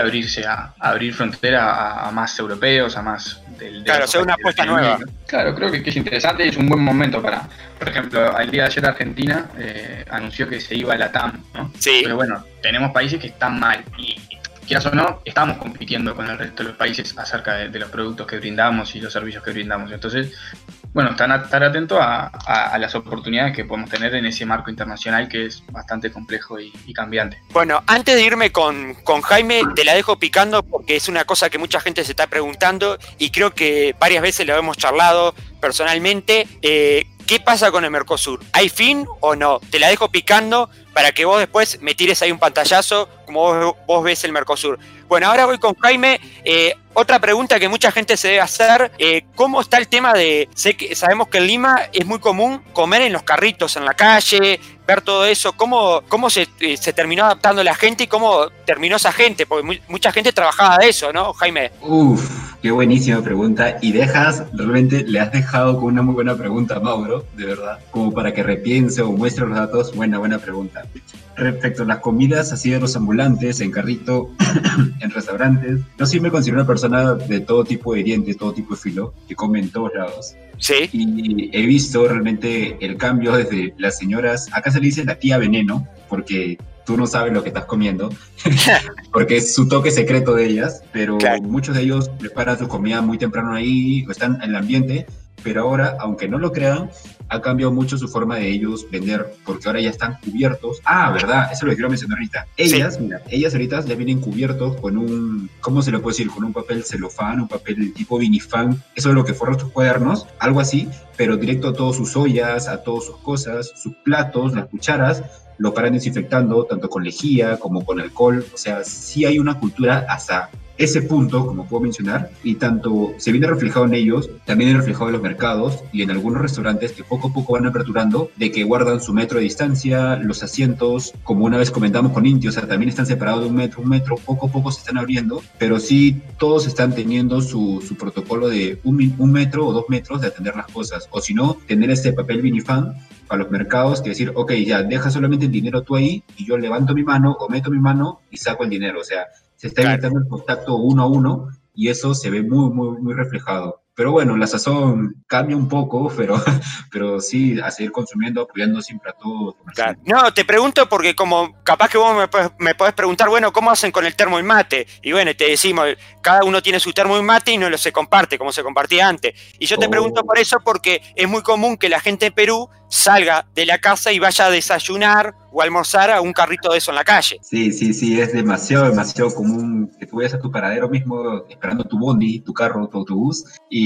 abrir frontera a más europeos, a más claro, hacer una apuesta nueva. Claro, creo que es interesante y es un buen momento para, por ejemplo, el día de ayer Argentina anunció que se iba a la TAM, ¿no? Sí. Pero bueno, tenemos países que están mal y quieras o no, estamos compitiendo con el resto de los países acerca de los productos que brindamos y los servicios que brindamos. Entonces, bueno, estar atento a las oportunidades que podemos tener en ese marco internacional que es bastante complejo y cambiante. Bueno, antes de irme con Jaime, te la dejo picando porque es una cosa que mucha gente se está preguntando y creo que varias veces lo hemos charlado personalmente. ¿Qué pasa con el Mercosur? ¿Hay fin o no? Te la dejo picando para que vos después me tires ahí un pantallazo como vos ves el Mercosur. Bueno, ahora voy con Jaime. Otra pregunta que mucha gente se debe hacer, ¿cómo está el tema de... Sabemos que en Lima es muy común comer en los carritos en la calle, ver todo eso. ¿Cómo se terminó adaptando la gente y cómo terminó esa gente? Porque mucha gente trabajaba de eso, ¿no, Jaime? Qué buenísima pregunta. Y realmente le has dejado con una muy buena pregunta a Mauro, de verdad. Como para que repiense o muestre los datos, buena pregunta. Respecto a las comidas así de los ambulantes, en carrito, en restaurantes, yo sí me considero una persona de todo tipo de diente, todo tipo de filo, que come en todos lados. Sí. Y he visto realmente el cambio desde las señoras, acá se le dice la tía veneno, porque tú no sabes lo que estás comiendo, porque es su toque secreto de ellas, pero claro, muchos de ellos preparan su comida muy temprano ahí, o están en el ambiente, pero ahora, aunque no lo crean, ha cambiado mucho su forma de ellos vender, porque ahora ya están cubiertos. ¿Verdad? Eso es lo que quiero mencionar ahorita. Ellas, sí, mira, ellas ahorita ya vienen cubiertos con un, ¿cómo se lo puede decir? Con un papel celofán, un papel tipo vinifán, eso es lo que forran sus cuadernos, algo así, pero directo a todas sus ollas, a todas sus cosas, sus platos, las cucharas, lo paran desinfectando, tanto con lejía como con alcohol. O sea, sí hay una cultura hasta ese punto, como puedo mencionar, y tanto se viene reflejado en ellos, también es reflejado en los mercados y en algunos restaurantes que poco a poco van aperturando, de que guardan su metro de distancia, los asientos, como una vez comentamos con Inti, o sea, también están separados de un metro, poco a poco se están abriendo, pero sí todos están teniendo su protocolo de un metro o 2 metros de atender las cosas, o si no, tener este papel vinifán para los mercados, que decir, ok, ya, deja solamente el dinero tú ahí, y yo levanto mi mano o meto mi mano y saco el dinero, o sea, se está evitando el contacto uno a uno y eso se ve muy, muy, muy reflejado. Pero bueno, la sazón cambia un poco, pero sí, a seguir consumiendo, apoyando siempre a todos. Claro. No, te pregunto porque como capaz que vos me podés preguntar, bueno, ¿cómo hacen con el termo y mate? Y bueno, te decimos, cada uno tiene su termo y mate y no se comparte como se compartía antes. Y yo te pregunto por eso porque es muy común que la gente en Perú salga de la casa y vaya a desayunar o almorzar a un carrito de eso en la calle. Sí, es demasiado común que tú vayas a tu paradero mismo esperando tu bondi, tu carro, tu autobús,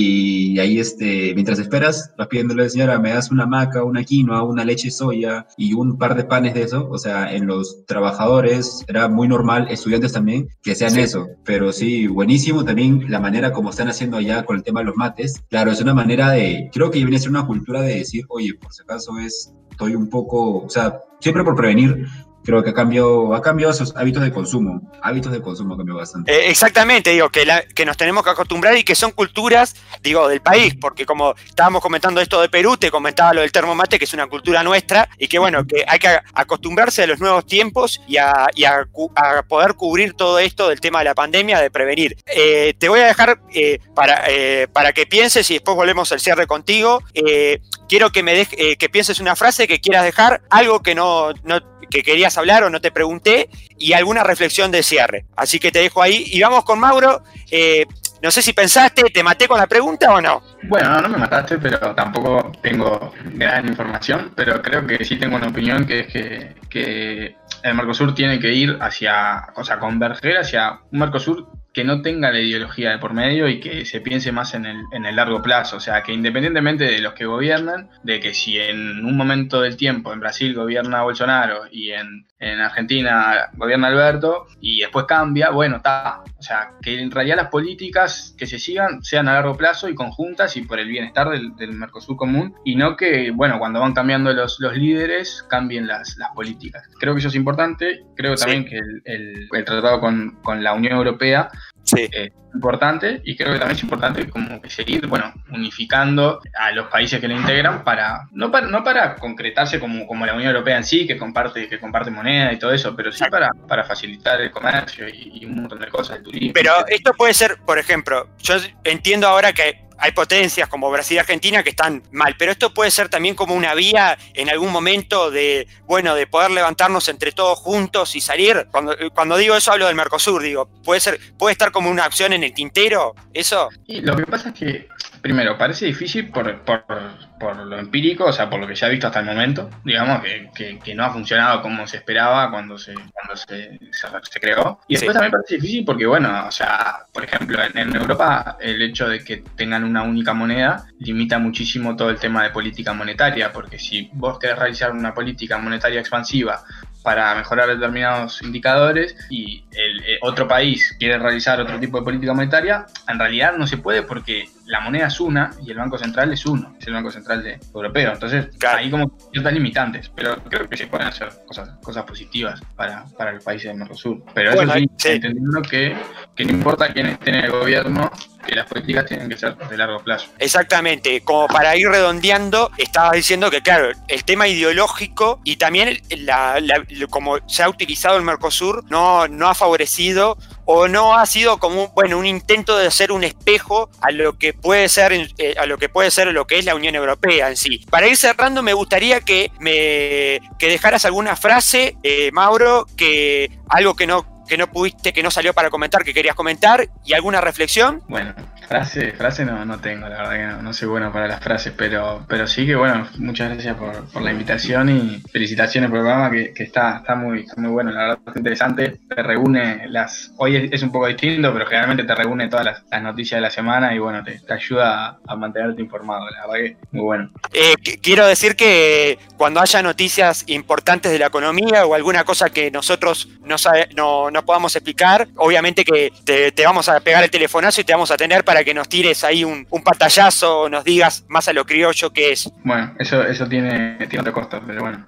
y ahí mientras esperas vas pidiéndole, señora, me das una maca, una quinoa, una leche soya y un par de panes de eso. O sea, en los trabajadores era muy normal, estudiantes también, que sean eso, pero sí, buenísimo también la manera como están haciendo allá con el tema de los mates. Claro, es una manera creo que viene a ser una cultura de decir, oye, por si acaso estoy un poco, o sea, siempre por prevenir. Creo que ha cambiado esos hábitos de consumo. Ha cambiado bastante. Exactamente, digo, que nos tenemos que acostumbrar y que son culturas, digo, del país, porque como estábamos comentando esto de Perú, te comentaba lo del termomate, que es una cultura nuestra, y que bueno, que hay que acostumbrarse a los nuevos tiempos y a poder cubrir todo esto del tema de la pandemia, de prevenir. Te voy a dejar para que pienses y después volvemos al cierre contigo. Quiero que pienses una frase que quieras dejar, algo que que querías hablar o no te pregunté, y alguna reflexión de cierre. Así que te dejo ahí y vamos con Mauro. No sé si pensaste, ¿te maté con la pregunta o no? Bueno, no me mataste, pero tampoco tengo gran información, pero creo que sí tengo una opinión, que es que el Mercosur tiene que ir converger hacia un Mercosur que no tenga la ideología de por medio y que se piense más en el largo plazo. O sea, que independientemente de los que gobiernan, de que si en un momento del tiempo en Brasil gobierna Bolsonaro y en en Argentina gobierna Alberto y después cambia, bueno, está. O sea, que en realidad las políticas que se sigan sean a largo plazo y conjuntas y por el bienestar del Mercosur común, y no que, bueno, cuando van cambiando los líderes, cambien las políticas. Creo que eso es importante. Creo también que el tratado con la Unión Europea es importante, y creo que también es importante como que seguir, bueno, unificando a los países que lo integran para no para concretarse como la Unión Europea en sí, que comparte moneda y todo eso, pero sí para facilitar el comercio y un montón de cosas, el turismo. Pero esto puede ser, por ejemplo, yo entiendo ahora que hay potencias como Brasil y Argentina que están mal, pero esto puede ser también como una vía en algún momento de poder levantarnos entre todos juntos y salir. Cuando digo eso hablo del Mercosur, digo, puede estar como una opción en el tintero, ¿eso? Y lo que pasa es que, primero, parece difícil por lo empírico, o sea, por lo que se ha visto hasta el momento, digamos, que no ha funcionado como se esperaba cuando se creó. Y después también parece difícil porque, bueno, o sea, por ejemplo, en Europa el hecho de que tengan una única moneda limita muchísimo todo el tema de política monetaria, porque si vos querés realizar una política monetaria expansiva para mejorar determinados indicadores y el otro país quiere realizar otro tipo de política monetaria, en realidad no se puede porque la moneda es una y el Banco Central es uno, es el Banco Central europeo. Entonces hay como ciertas limitantes, pero creo que se pueden hacer cosas positivas para los países del Mercosur. Pero bueno, eso sí, entendiendo que no importa quién esté en el gobierno, que las políticas tienen que ser de largo plazo. Exactamente, como para ir redondeando, estabas diciendo que claro, el tema ideológico y también como se ha utilizado el Mercosur no ha favorecido o no ha sido como un intento de hacer un espejo a lo que puede ser lo que es la Unión Europea en sí. Para ir cerrando, me gustaría que dejaras alguna frase, Mauro, algo que no pudiste, que no salió para comentar, que querías comentar, y alguna reflexión. Bueno, frase no tengo, la verdad que no soy bueno para las frases, pero sí que bueno, muchas gracias por la invitación y felicitaciones por el programa que está muy bueno, la verdad es interesante, te reúne hoy es un poco distinto, pero generalmente te reúne todas las noticias de la semana y bueno, te ayuda a mantenerte informado, la verdad que muy bueno. Quiero decir que cuando haya noticias importantes de la economía o alguna cosa que nosotros no podamos explicar, obviamente que te vamos a pegar el telefonazo y te vamos a tener para que nos tires ahí un pantallazo o nos digas más a lo criollo que es. Bueno, eso tiene otro costo, pero bueno.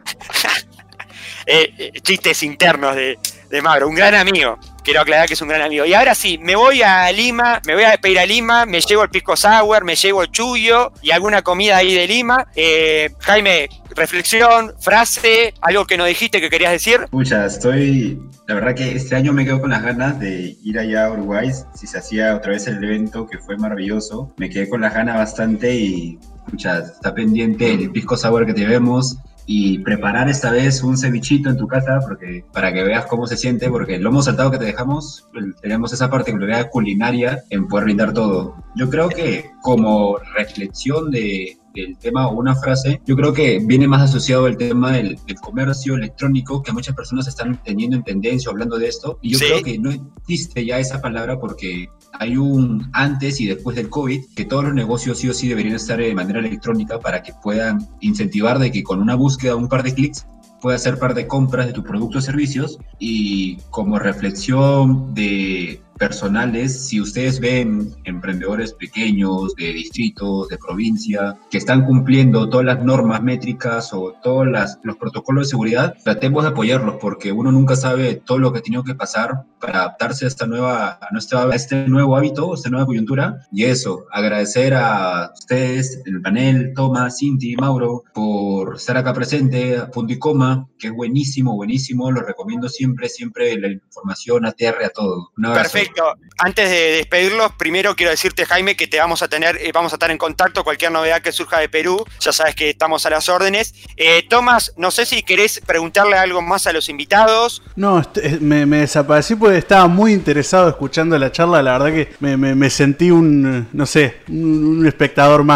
Chistes internos de Mauro, un gran amigo. Quiero aclarar que es un gran amigo. Y ahora sí, me voy a Lima, me voy a despedir a Lima, me llevo el pisco sour, me llevo el chullo y alguna comida ahí de Lima. Jaime, reflexión, frase, algo que no dijiste que querías decir. Pucha, la verdad que este año me quedo con las ganas de ir allá a Uruguay, si se hacía otra vez el evento que fue maravilloso. Me quedé con las ganas bastante y, pucha, está pendiente el pisco sour que te vemos. Y preparar esta vez un cevichito en tu casa para que veas cómo se siente, porque el lomo saltado que te dejamos, tenemos esa particularidad culinaria en poder brindar todo. Yo creo que como reflexión del tema o una frase, yo creo que viene más asociado el tema del comercio electrónico, que muchas personas están teniendo en tendencia hablando de esto, y yo creo que no existe ya esa palabra porque hay un antes y después del COVID, que todos los negocios sí o sí deberían estar de manera electrónica para que puedan incentivar de que con una búsqueda, un par de clics, puedas hacer par de compras de tus productos o servicios. Y como reflexión de personales, si ustedes ven emprendedores pequeños de distritos, de provincia, que están cumpliendo todas las normas métricas o todos los protocolos de seguridad, tratemos de apoyarlos porque uno nunca sabe todo lo que ha tenido que pasar para adaptarse a este nuevo hábito, esta nueva coyuntura. Y eso, agradecer a ustedes, el panel, Tomás, Cinti, Mauro, por estar acá presente, a Punto y Coma, que es buenísimo, lo recomiendo siempre la información, ATR, a todo. Un abrazo. Perfecto. Antes de despedirlos, primero quiero decirte, Jaime, que vamos a estar en contacto, cualquier novedad que surja de Perú, ya sabes que estamos a las órdenes. Tomás, no sé si querés preguntarle algo más a los invitados. No, me desaparecí porque estaba muy interesado escuchando la charla, la verdad que me sentí un espectador más.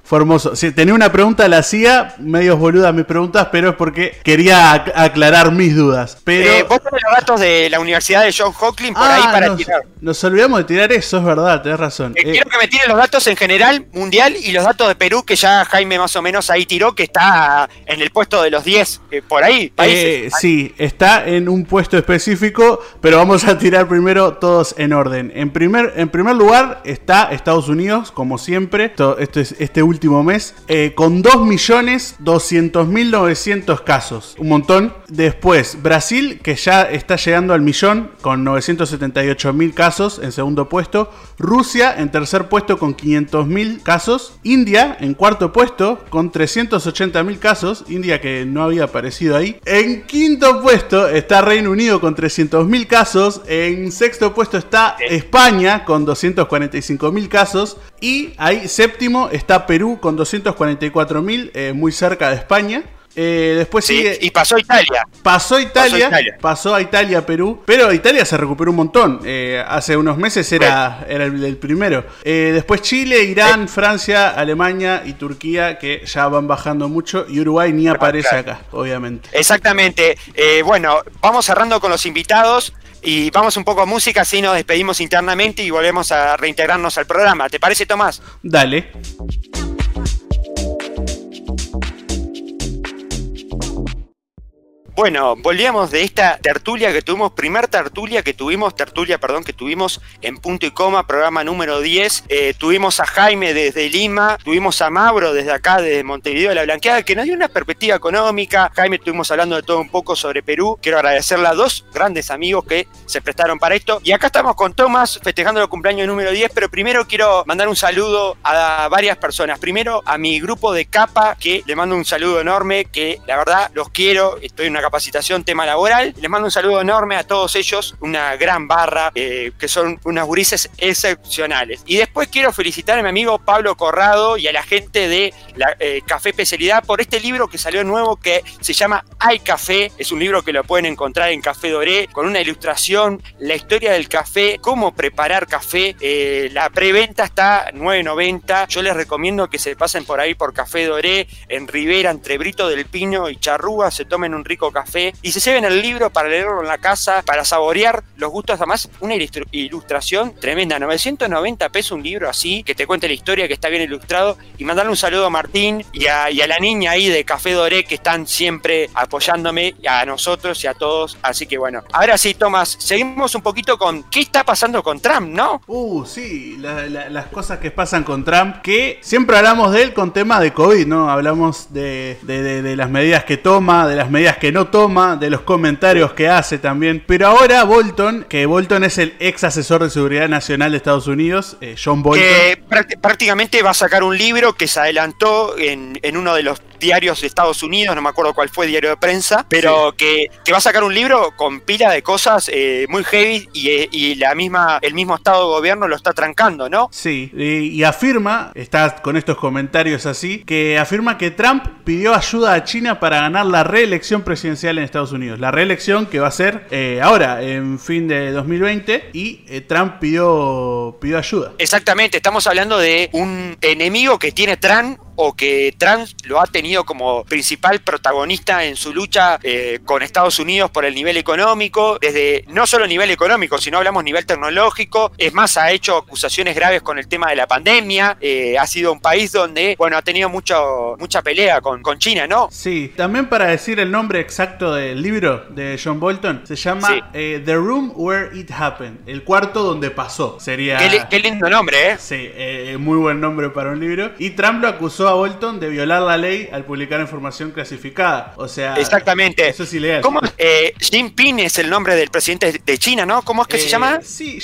Fue hermoso. Sí, tenía una pregunta, la hacía, medios boludas mis preguntas, pero es porque quería aclarar mis dudas. Pero vos tenés los datos de la Universidad de Johns Hopkins por ahí para tirar. Nos olvidamos de tirar eso, es verdad, tenés razón. Quiero que me tiren los datos en general, mundial, y los datos de Perú, que ya Jaime más o menos ahí tiró, que está en el puesto de los 10, por ahí, países. Sí, está en un puesto específico, pero vamos a tirar primero todos en orden. En primer lugar está Estados Unidos, como siempre, este último mes, con 2.200.900 casos, un montón. Después, Brasil, que ya está llegando al millón, con 978.000 casos en segundo puesto. Rusia en tercer puesto con 500.000 casos. India en cuarto puesto con 380.000 casos. India que no había aparecido ahí. En quinto puesto está Reino Unido con 300.000 casos. En sexto puesto está España con 245.000 casos. Y ahí séptimo está Perú con 244.000, muy cerca de España. Después sigue. Y pasó Italia. Pasó a Italia, Perú. Pero Italia se recuperó un montón. Hace unos meses era el primero. Después Chile, Irán, Francia, Alemania y Turquía, que ya van bajando mucho. Y Uruguay ni aparece acá, obviamente. Exactamente. Bueno, vamos cerrando con los invitados. Y vamos un poco a música, así nos despedimos internamente y volvemos a reintegrarnos al programa. ¿Te parece, Tomás? Dale. Bueno, volvíamos de esta tertulia que tuvimos, tertulia que tuvimos en Punto y Coma, programa número 10. Tuvimos a Jaime desde Lima, tuvimos a Mauro desde acá, desde Montevideo de la Blanqueada, que nos dio una perspectiva económica. Jaime, estuvimos hablando de todo un poco sobre Perú. Quiero agradecerle a dos grandes amigos que se prestaron para esto. Y acá estamos con Tomás, festejando el cumpleaños número 10, pero primero quiero mandar un saludo a varias personas. Primero a mi grupo de Capa, que le mando un saludo enorme, que la verdad los quiero, estoy en una capacitación, tema laboral. Les mando un saludo enorme a todos ellos, una gran barra, que son unas gurises excepcionales. Y después quiero felicitar a mi amigo Pablo Corrado y a la gente de la Café Especialidad por este libro que salió nuevo que se llama Hay Café. Es un libro que lo pueden encontrar en Café Doré, con una ilustración, la historia del café, cómo preparar café. La preventa está $9.90. Yo les recomiendo que se pasen por ahí por Café Doré, en Rivera, entre Brito del Pino y Charrúa, se tomen un rico café y se lleven el libro para leerlo en la casa, para saborear los gustos. Además, una ilustración tremenda, $990 un libro así, que te cuente la historia, que está bien ilustrado. Y mandarle un saludo a Martín y a la niña ahí de Café Doré, que están siempre apoyándome, a nosotros y a todos. Así que bueno, ahora sí, Tomás, seguimos un poquito con qué está pasando con Trump, ¿no? Sí, las cosas que pasan con Trump, que siempre hablamos de él con temas de COVID, ¿no? Hablamos de las medidas que toma, de las medidas que no toma, de los comentarios que hace también. Pero ahora Bolton es el ex asesor de seguridad nacional de Estados Unidos, John Bolton. Prácticamente va a sacar un libro que se adelantó en uno de los diarios de Estados Unidos, no me acuerdo cuál fue, diario de prensa, pero sí. que va a sacar un libro con pila de cosas muy heavy y el mismo estado de gobierno lo está trancando, ¿no? Sí, y afirma, está con estos comentarios así, que afirma que Trump pidió ayuda a China para ganar la reelección presidencial en Estados Unidos. La reelección que va a ser ahora, en fin de 2020, y Trump pidió ayuda. Exactamente, estamos hablando de un enemigo que tiene Trump, o que Trump lo ha tenido como principal protagonista en su lucha con Estados Unidos por el nivel económico, desde no solo nivel económico, sino hablamos nivel tecnológico. Es más, ha hecho acusaciones graves con el tema de la pandemia. Ha sido un país donde, bueno, ha tenido mucha pelea con China, ¿no? Sí, también para decir el nombre exacto del libro de John Bolton, se llama The Room Where It Happened, el cuarto donde pasó. Sería... Qué lindo nombre, ¿eh? Sí, muy buen nombre para un libro. Y Trump lo acusó a Bolton de violar la ley al publicar información clasificada. O sea, exactamente. Eso es ilegal. ¿Cómo? Jinping es el nombre del presidente de China, ¿no? ¿Cómo es que se llama? Sí,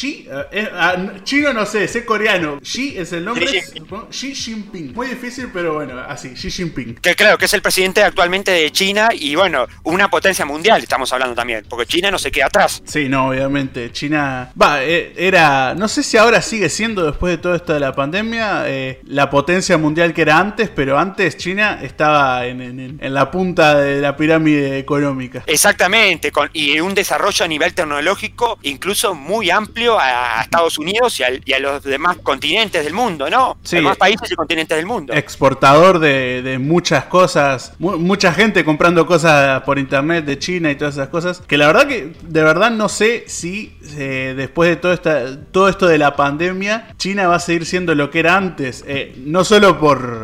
chino no sé coreano. Xi es el nombre. Xi Jinping. Muy difícil, pero bueno, así, Xi Jinping. Que claro, que es el presidente actualmente de China y bueno, una potencia mundial estamos hablando también, porque China no se queda atrás. Sí, no, obviamente. China, era, no sé si ahora sigue siendo, después de todo esto de la pandemia, la potencia mundial mundial que era antes, pero antes China estaba en la punta de la pirámide económica. Exactamente, y un desarrollo a nivel tecnológico incluso muy amplio a Estados Unidos y a los demás continentes del mundo, ¿no? Sí. Demás países y continentes del mundo. Exportador de muchas cosas, mucha gente comprando cosas por internet de China y todas esas cosas, que la verdad que de verdad no sé si después de todo esto de la pandemia, China va a seguir siendo lo que era antes, no solo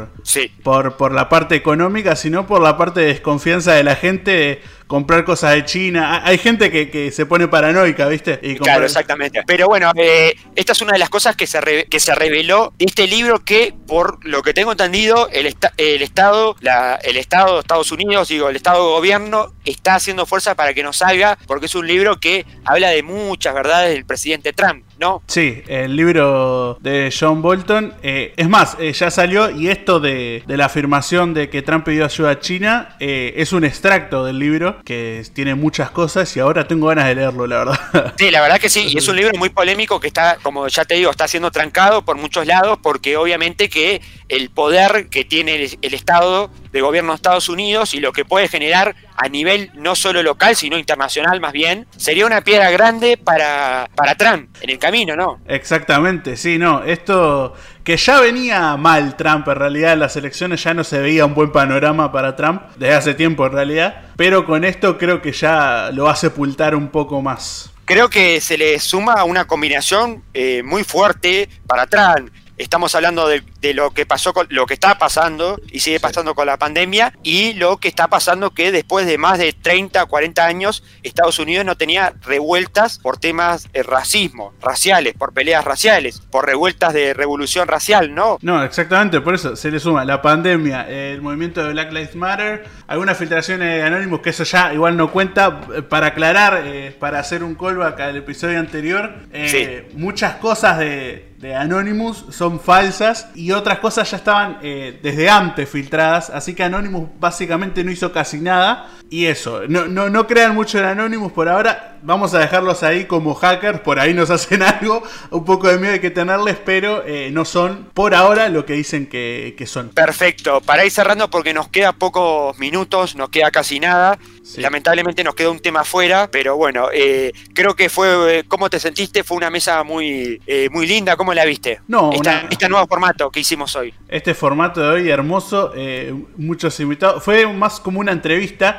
por la parte económica, sino por la parte de desconfianza de la gente de comprar cosas de China. Hay gente que se pone paranoica, ¿viste? Claro, exactamente. Pero bueno, esta es una de las cosas que se reveló de este libro que, por lo que tengo entendido, el Estado de Estados Unidos, el Estado de Gobierno, está haciendo fuerza para que no salga, porque es un libro que habla de muchas verdades del presidente Trump, ¿no? Sí, el libro de John Bolton. Es más, ya salió, y esto de la afirmación de que Trump pidió ayuda a China es un extracto del libro que tiene muchas cosas y ahora tengo ganas de leerlo, la verdad. Sí, la verdad que sí, y es un libro muy polémico que está, como ya te digo, está siendo trancado por muchos lados, porque obviamente que el poder que tiene el Estado de Gobierno de Estados Unidos y lo que puede generar a nivel no solo local, sino internacional más bien, sería una piedra grande para Trump en el camino, ¿no? Exactamente, sí, no, esto que ya venía mal Trump, en realidad en las elecciones ya no se veía un buen panorama para Trump, desde hace tiempo en realidad, pero con esto creo que ya lo va a sepultar un poco más. Creo que se le suma una combinación muy fuerte para Trump. Estamos hablando de lo que pasó, lo que está pasando y sigue pasando con la pandemia, y lo que está pasando que después de más de 30 o 40 años Estados Unidos no tenía revueltas por temas de racismo, raciales, por peleas raciales, por revueltas de revolución racial, ¿no? No, exactamente, por eso se le suma la pandemia, el movimiento de Black Lives Matter, algunas filtraciones de Anonymous, que eso ya igual no cuenta, para aclarar, para hacer un callback al episodio anterior, sí. Muchas cosas de Anonymous son falsas y otras cosas ya estaban desde antes filtradas, así que Anonymous básicamente no hizo casi nada. Y eso, no crean mucho en Anonymous por ahora, vamos a dejarlos ahí como hackers, por ahí nos hacen algo, un poco de miedo hay que tenerles, pero no son por ahora lo que dicen que son. Perfecto, para ir cerrando porque nos queda pocos minutos, nos queda casi nada. Sí. Lamentablemente nos quedó un tema afuera, pero bueno, creo que fue, ¿cómo te sentiste? Fue una mesa muy linda, ¿cómo la viste? No, este nuevo formato que hicimos hoy. Este formato de hoy hermoso, muchos invitados, fue más como una entrevista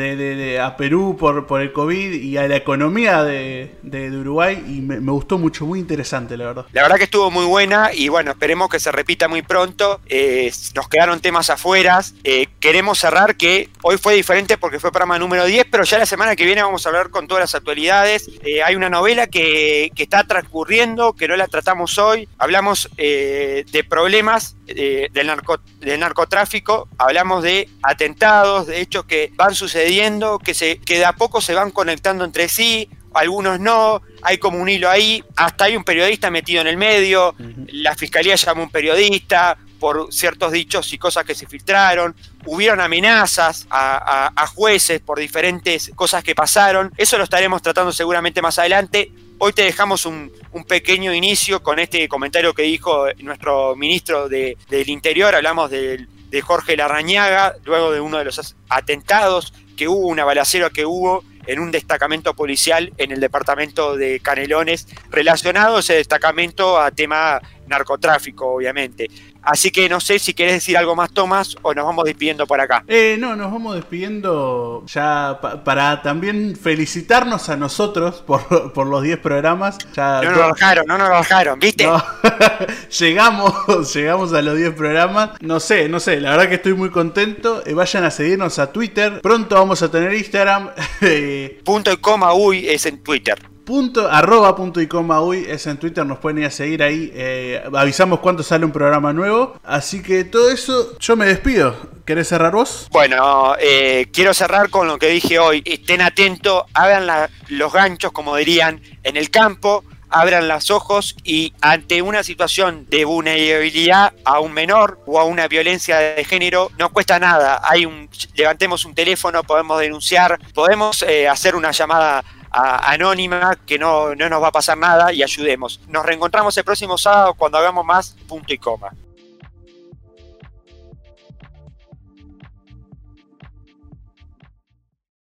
a Perú por el COVID y a la economía de Uruguay, y me gustó mucho, muy interesante la verdad. La verdad que estuvo muy buena y bueno, esperemos que se repita muy pronto. Nos quedaron temas afuera, queremos cerrar que hoy fue diferente porque fue programa número 10, pero ya la semana que viene vamos a hablar con todas las actualidades. Hay una novela que está transcurriendo, que no la tratamos hoy, hablamos de problemas del narcotráfico, hablamos de atentados, de hechos que van sucediendo, que de a poco se van conectando entre sí, algunos no, hay como un hilo ahí, hasta hay un periodista metido en el medio, la fiscalía llamó a un periodista por ciertos dichos y cosas que se filtraron, hubieron amenazas a jueces por diferentes cosas que pasaron, eso lo estaremos tratando seguramente más adelante. Hoy te dejamos un pequeño inicio con este comentario que dijo nuestro ministro del Interior, hablamos de Jorge Larrañaga, luego de uno de los atentados que hubo, una balacera que hubo en un destacamento policial en el departamento de Canelones, relacionado ese destacamento a tema narcotráfico, obviamente. Así que no sé si querés decir algo más, Tomás, o nos vamos despidiendo por acá. No, nos vamos despidiendo ya para también felicitarnos a nosotros por los 10 programas. Ya no nos lo bajaron, ¿viste? No. llegamos a los 10 programas. No sé, la verdad que estoy muy contento. Vayan a seguirnos a Twitter. Pronto vamos a tener Instagram. Punto y coma uy es en Twitter. @punto y coma uy es en Twitter, nos pueden ir a seguir ahí, avisamos cuando sale un programa nuevo, así que todo eso, yo me despido. ¿Querés cerrar vos? Bueno, quiero cerrar con lo que dije hoy, estén atentos, abran los ganchos, como dirían, en el campo, abran los ojos y ante una situación de vulnerabilidad a un menor o a una violencia de género, no cuesta nada, levantemos un teléfono, podemos denunciar, podemos hacer una llamada anónima, que no nos va a pasar nada, y ayudemos. Nos reencontramos el próximo sábado cuando hagamos más punto y coma.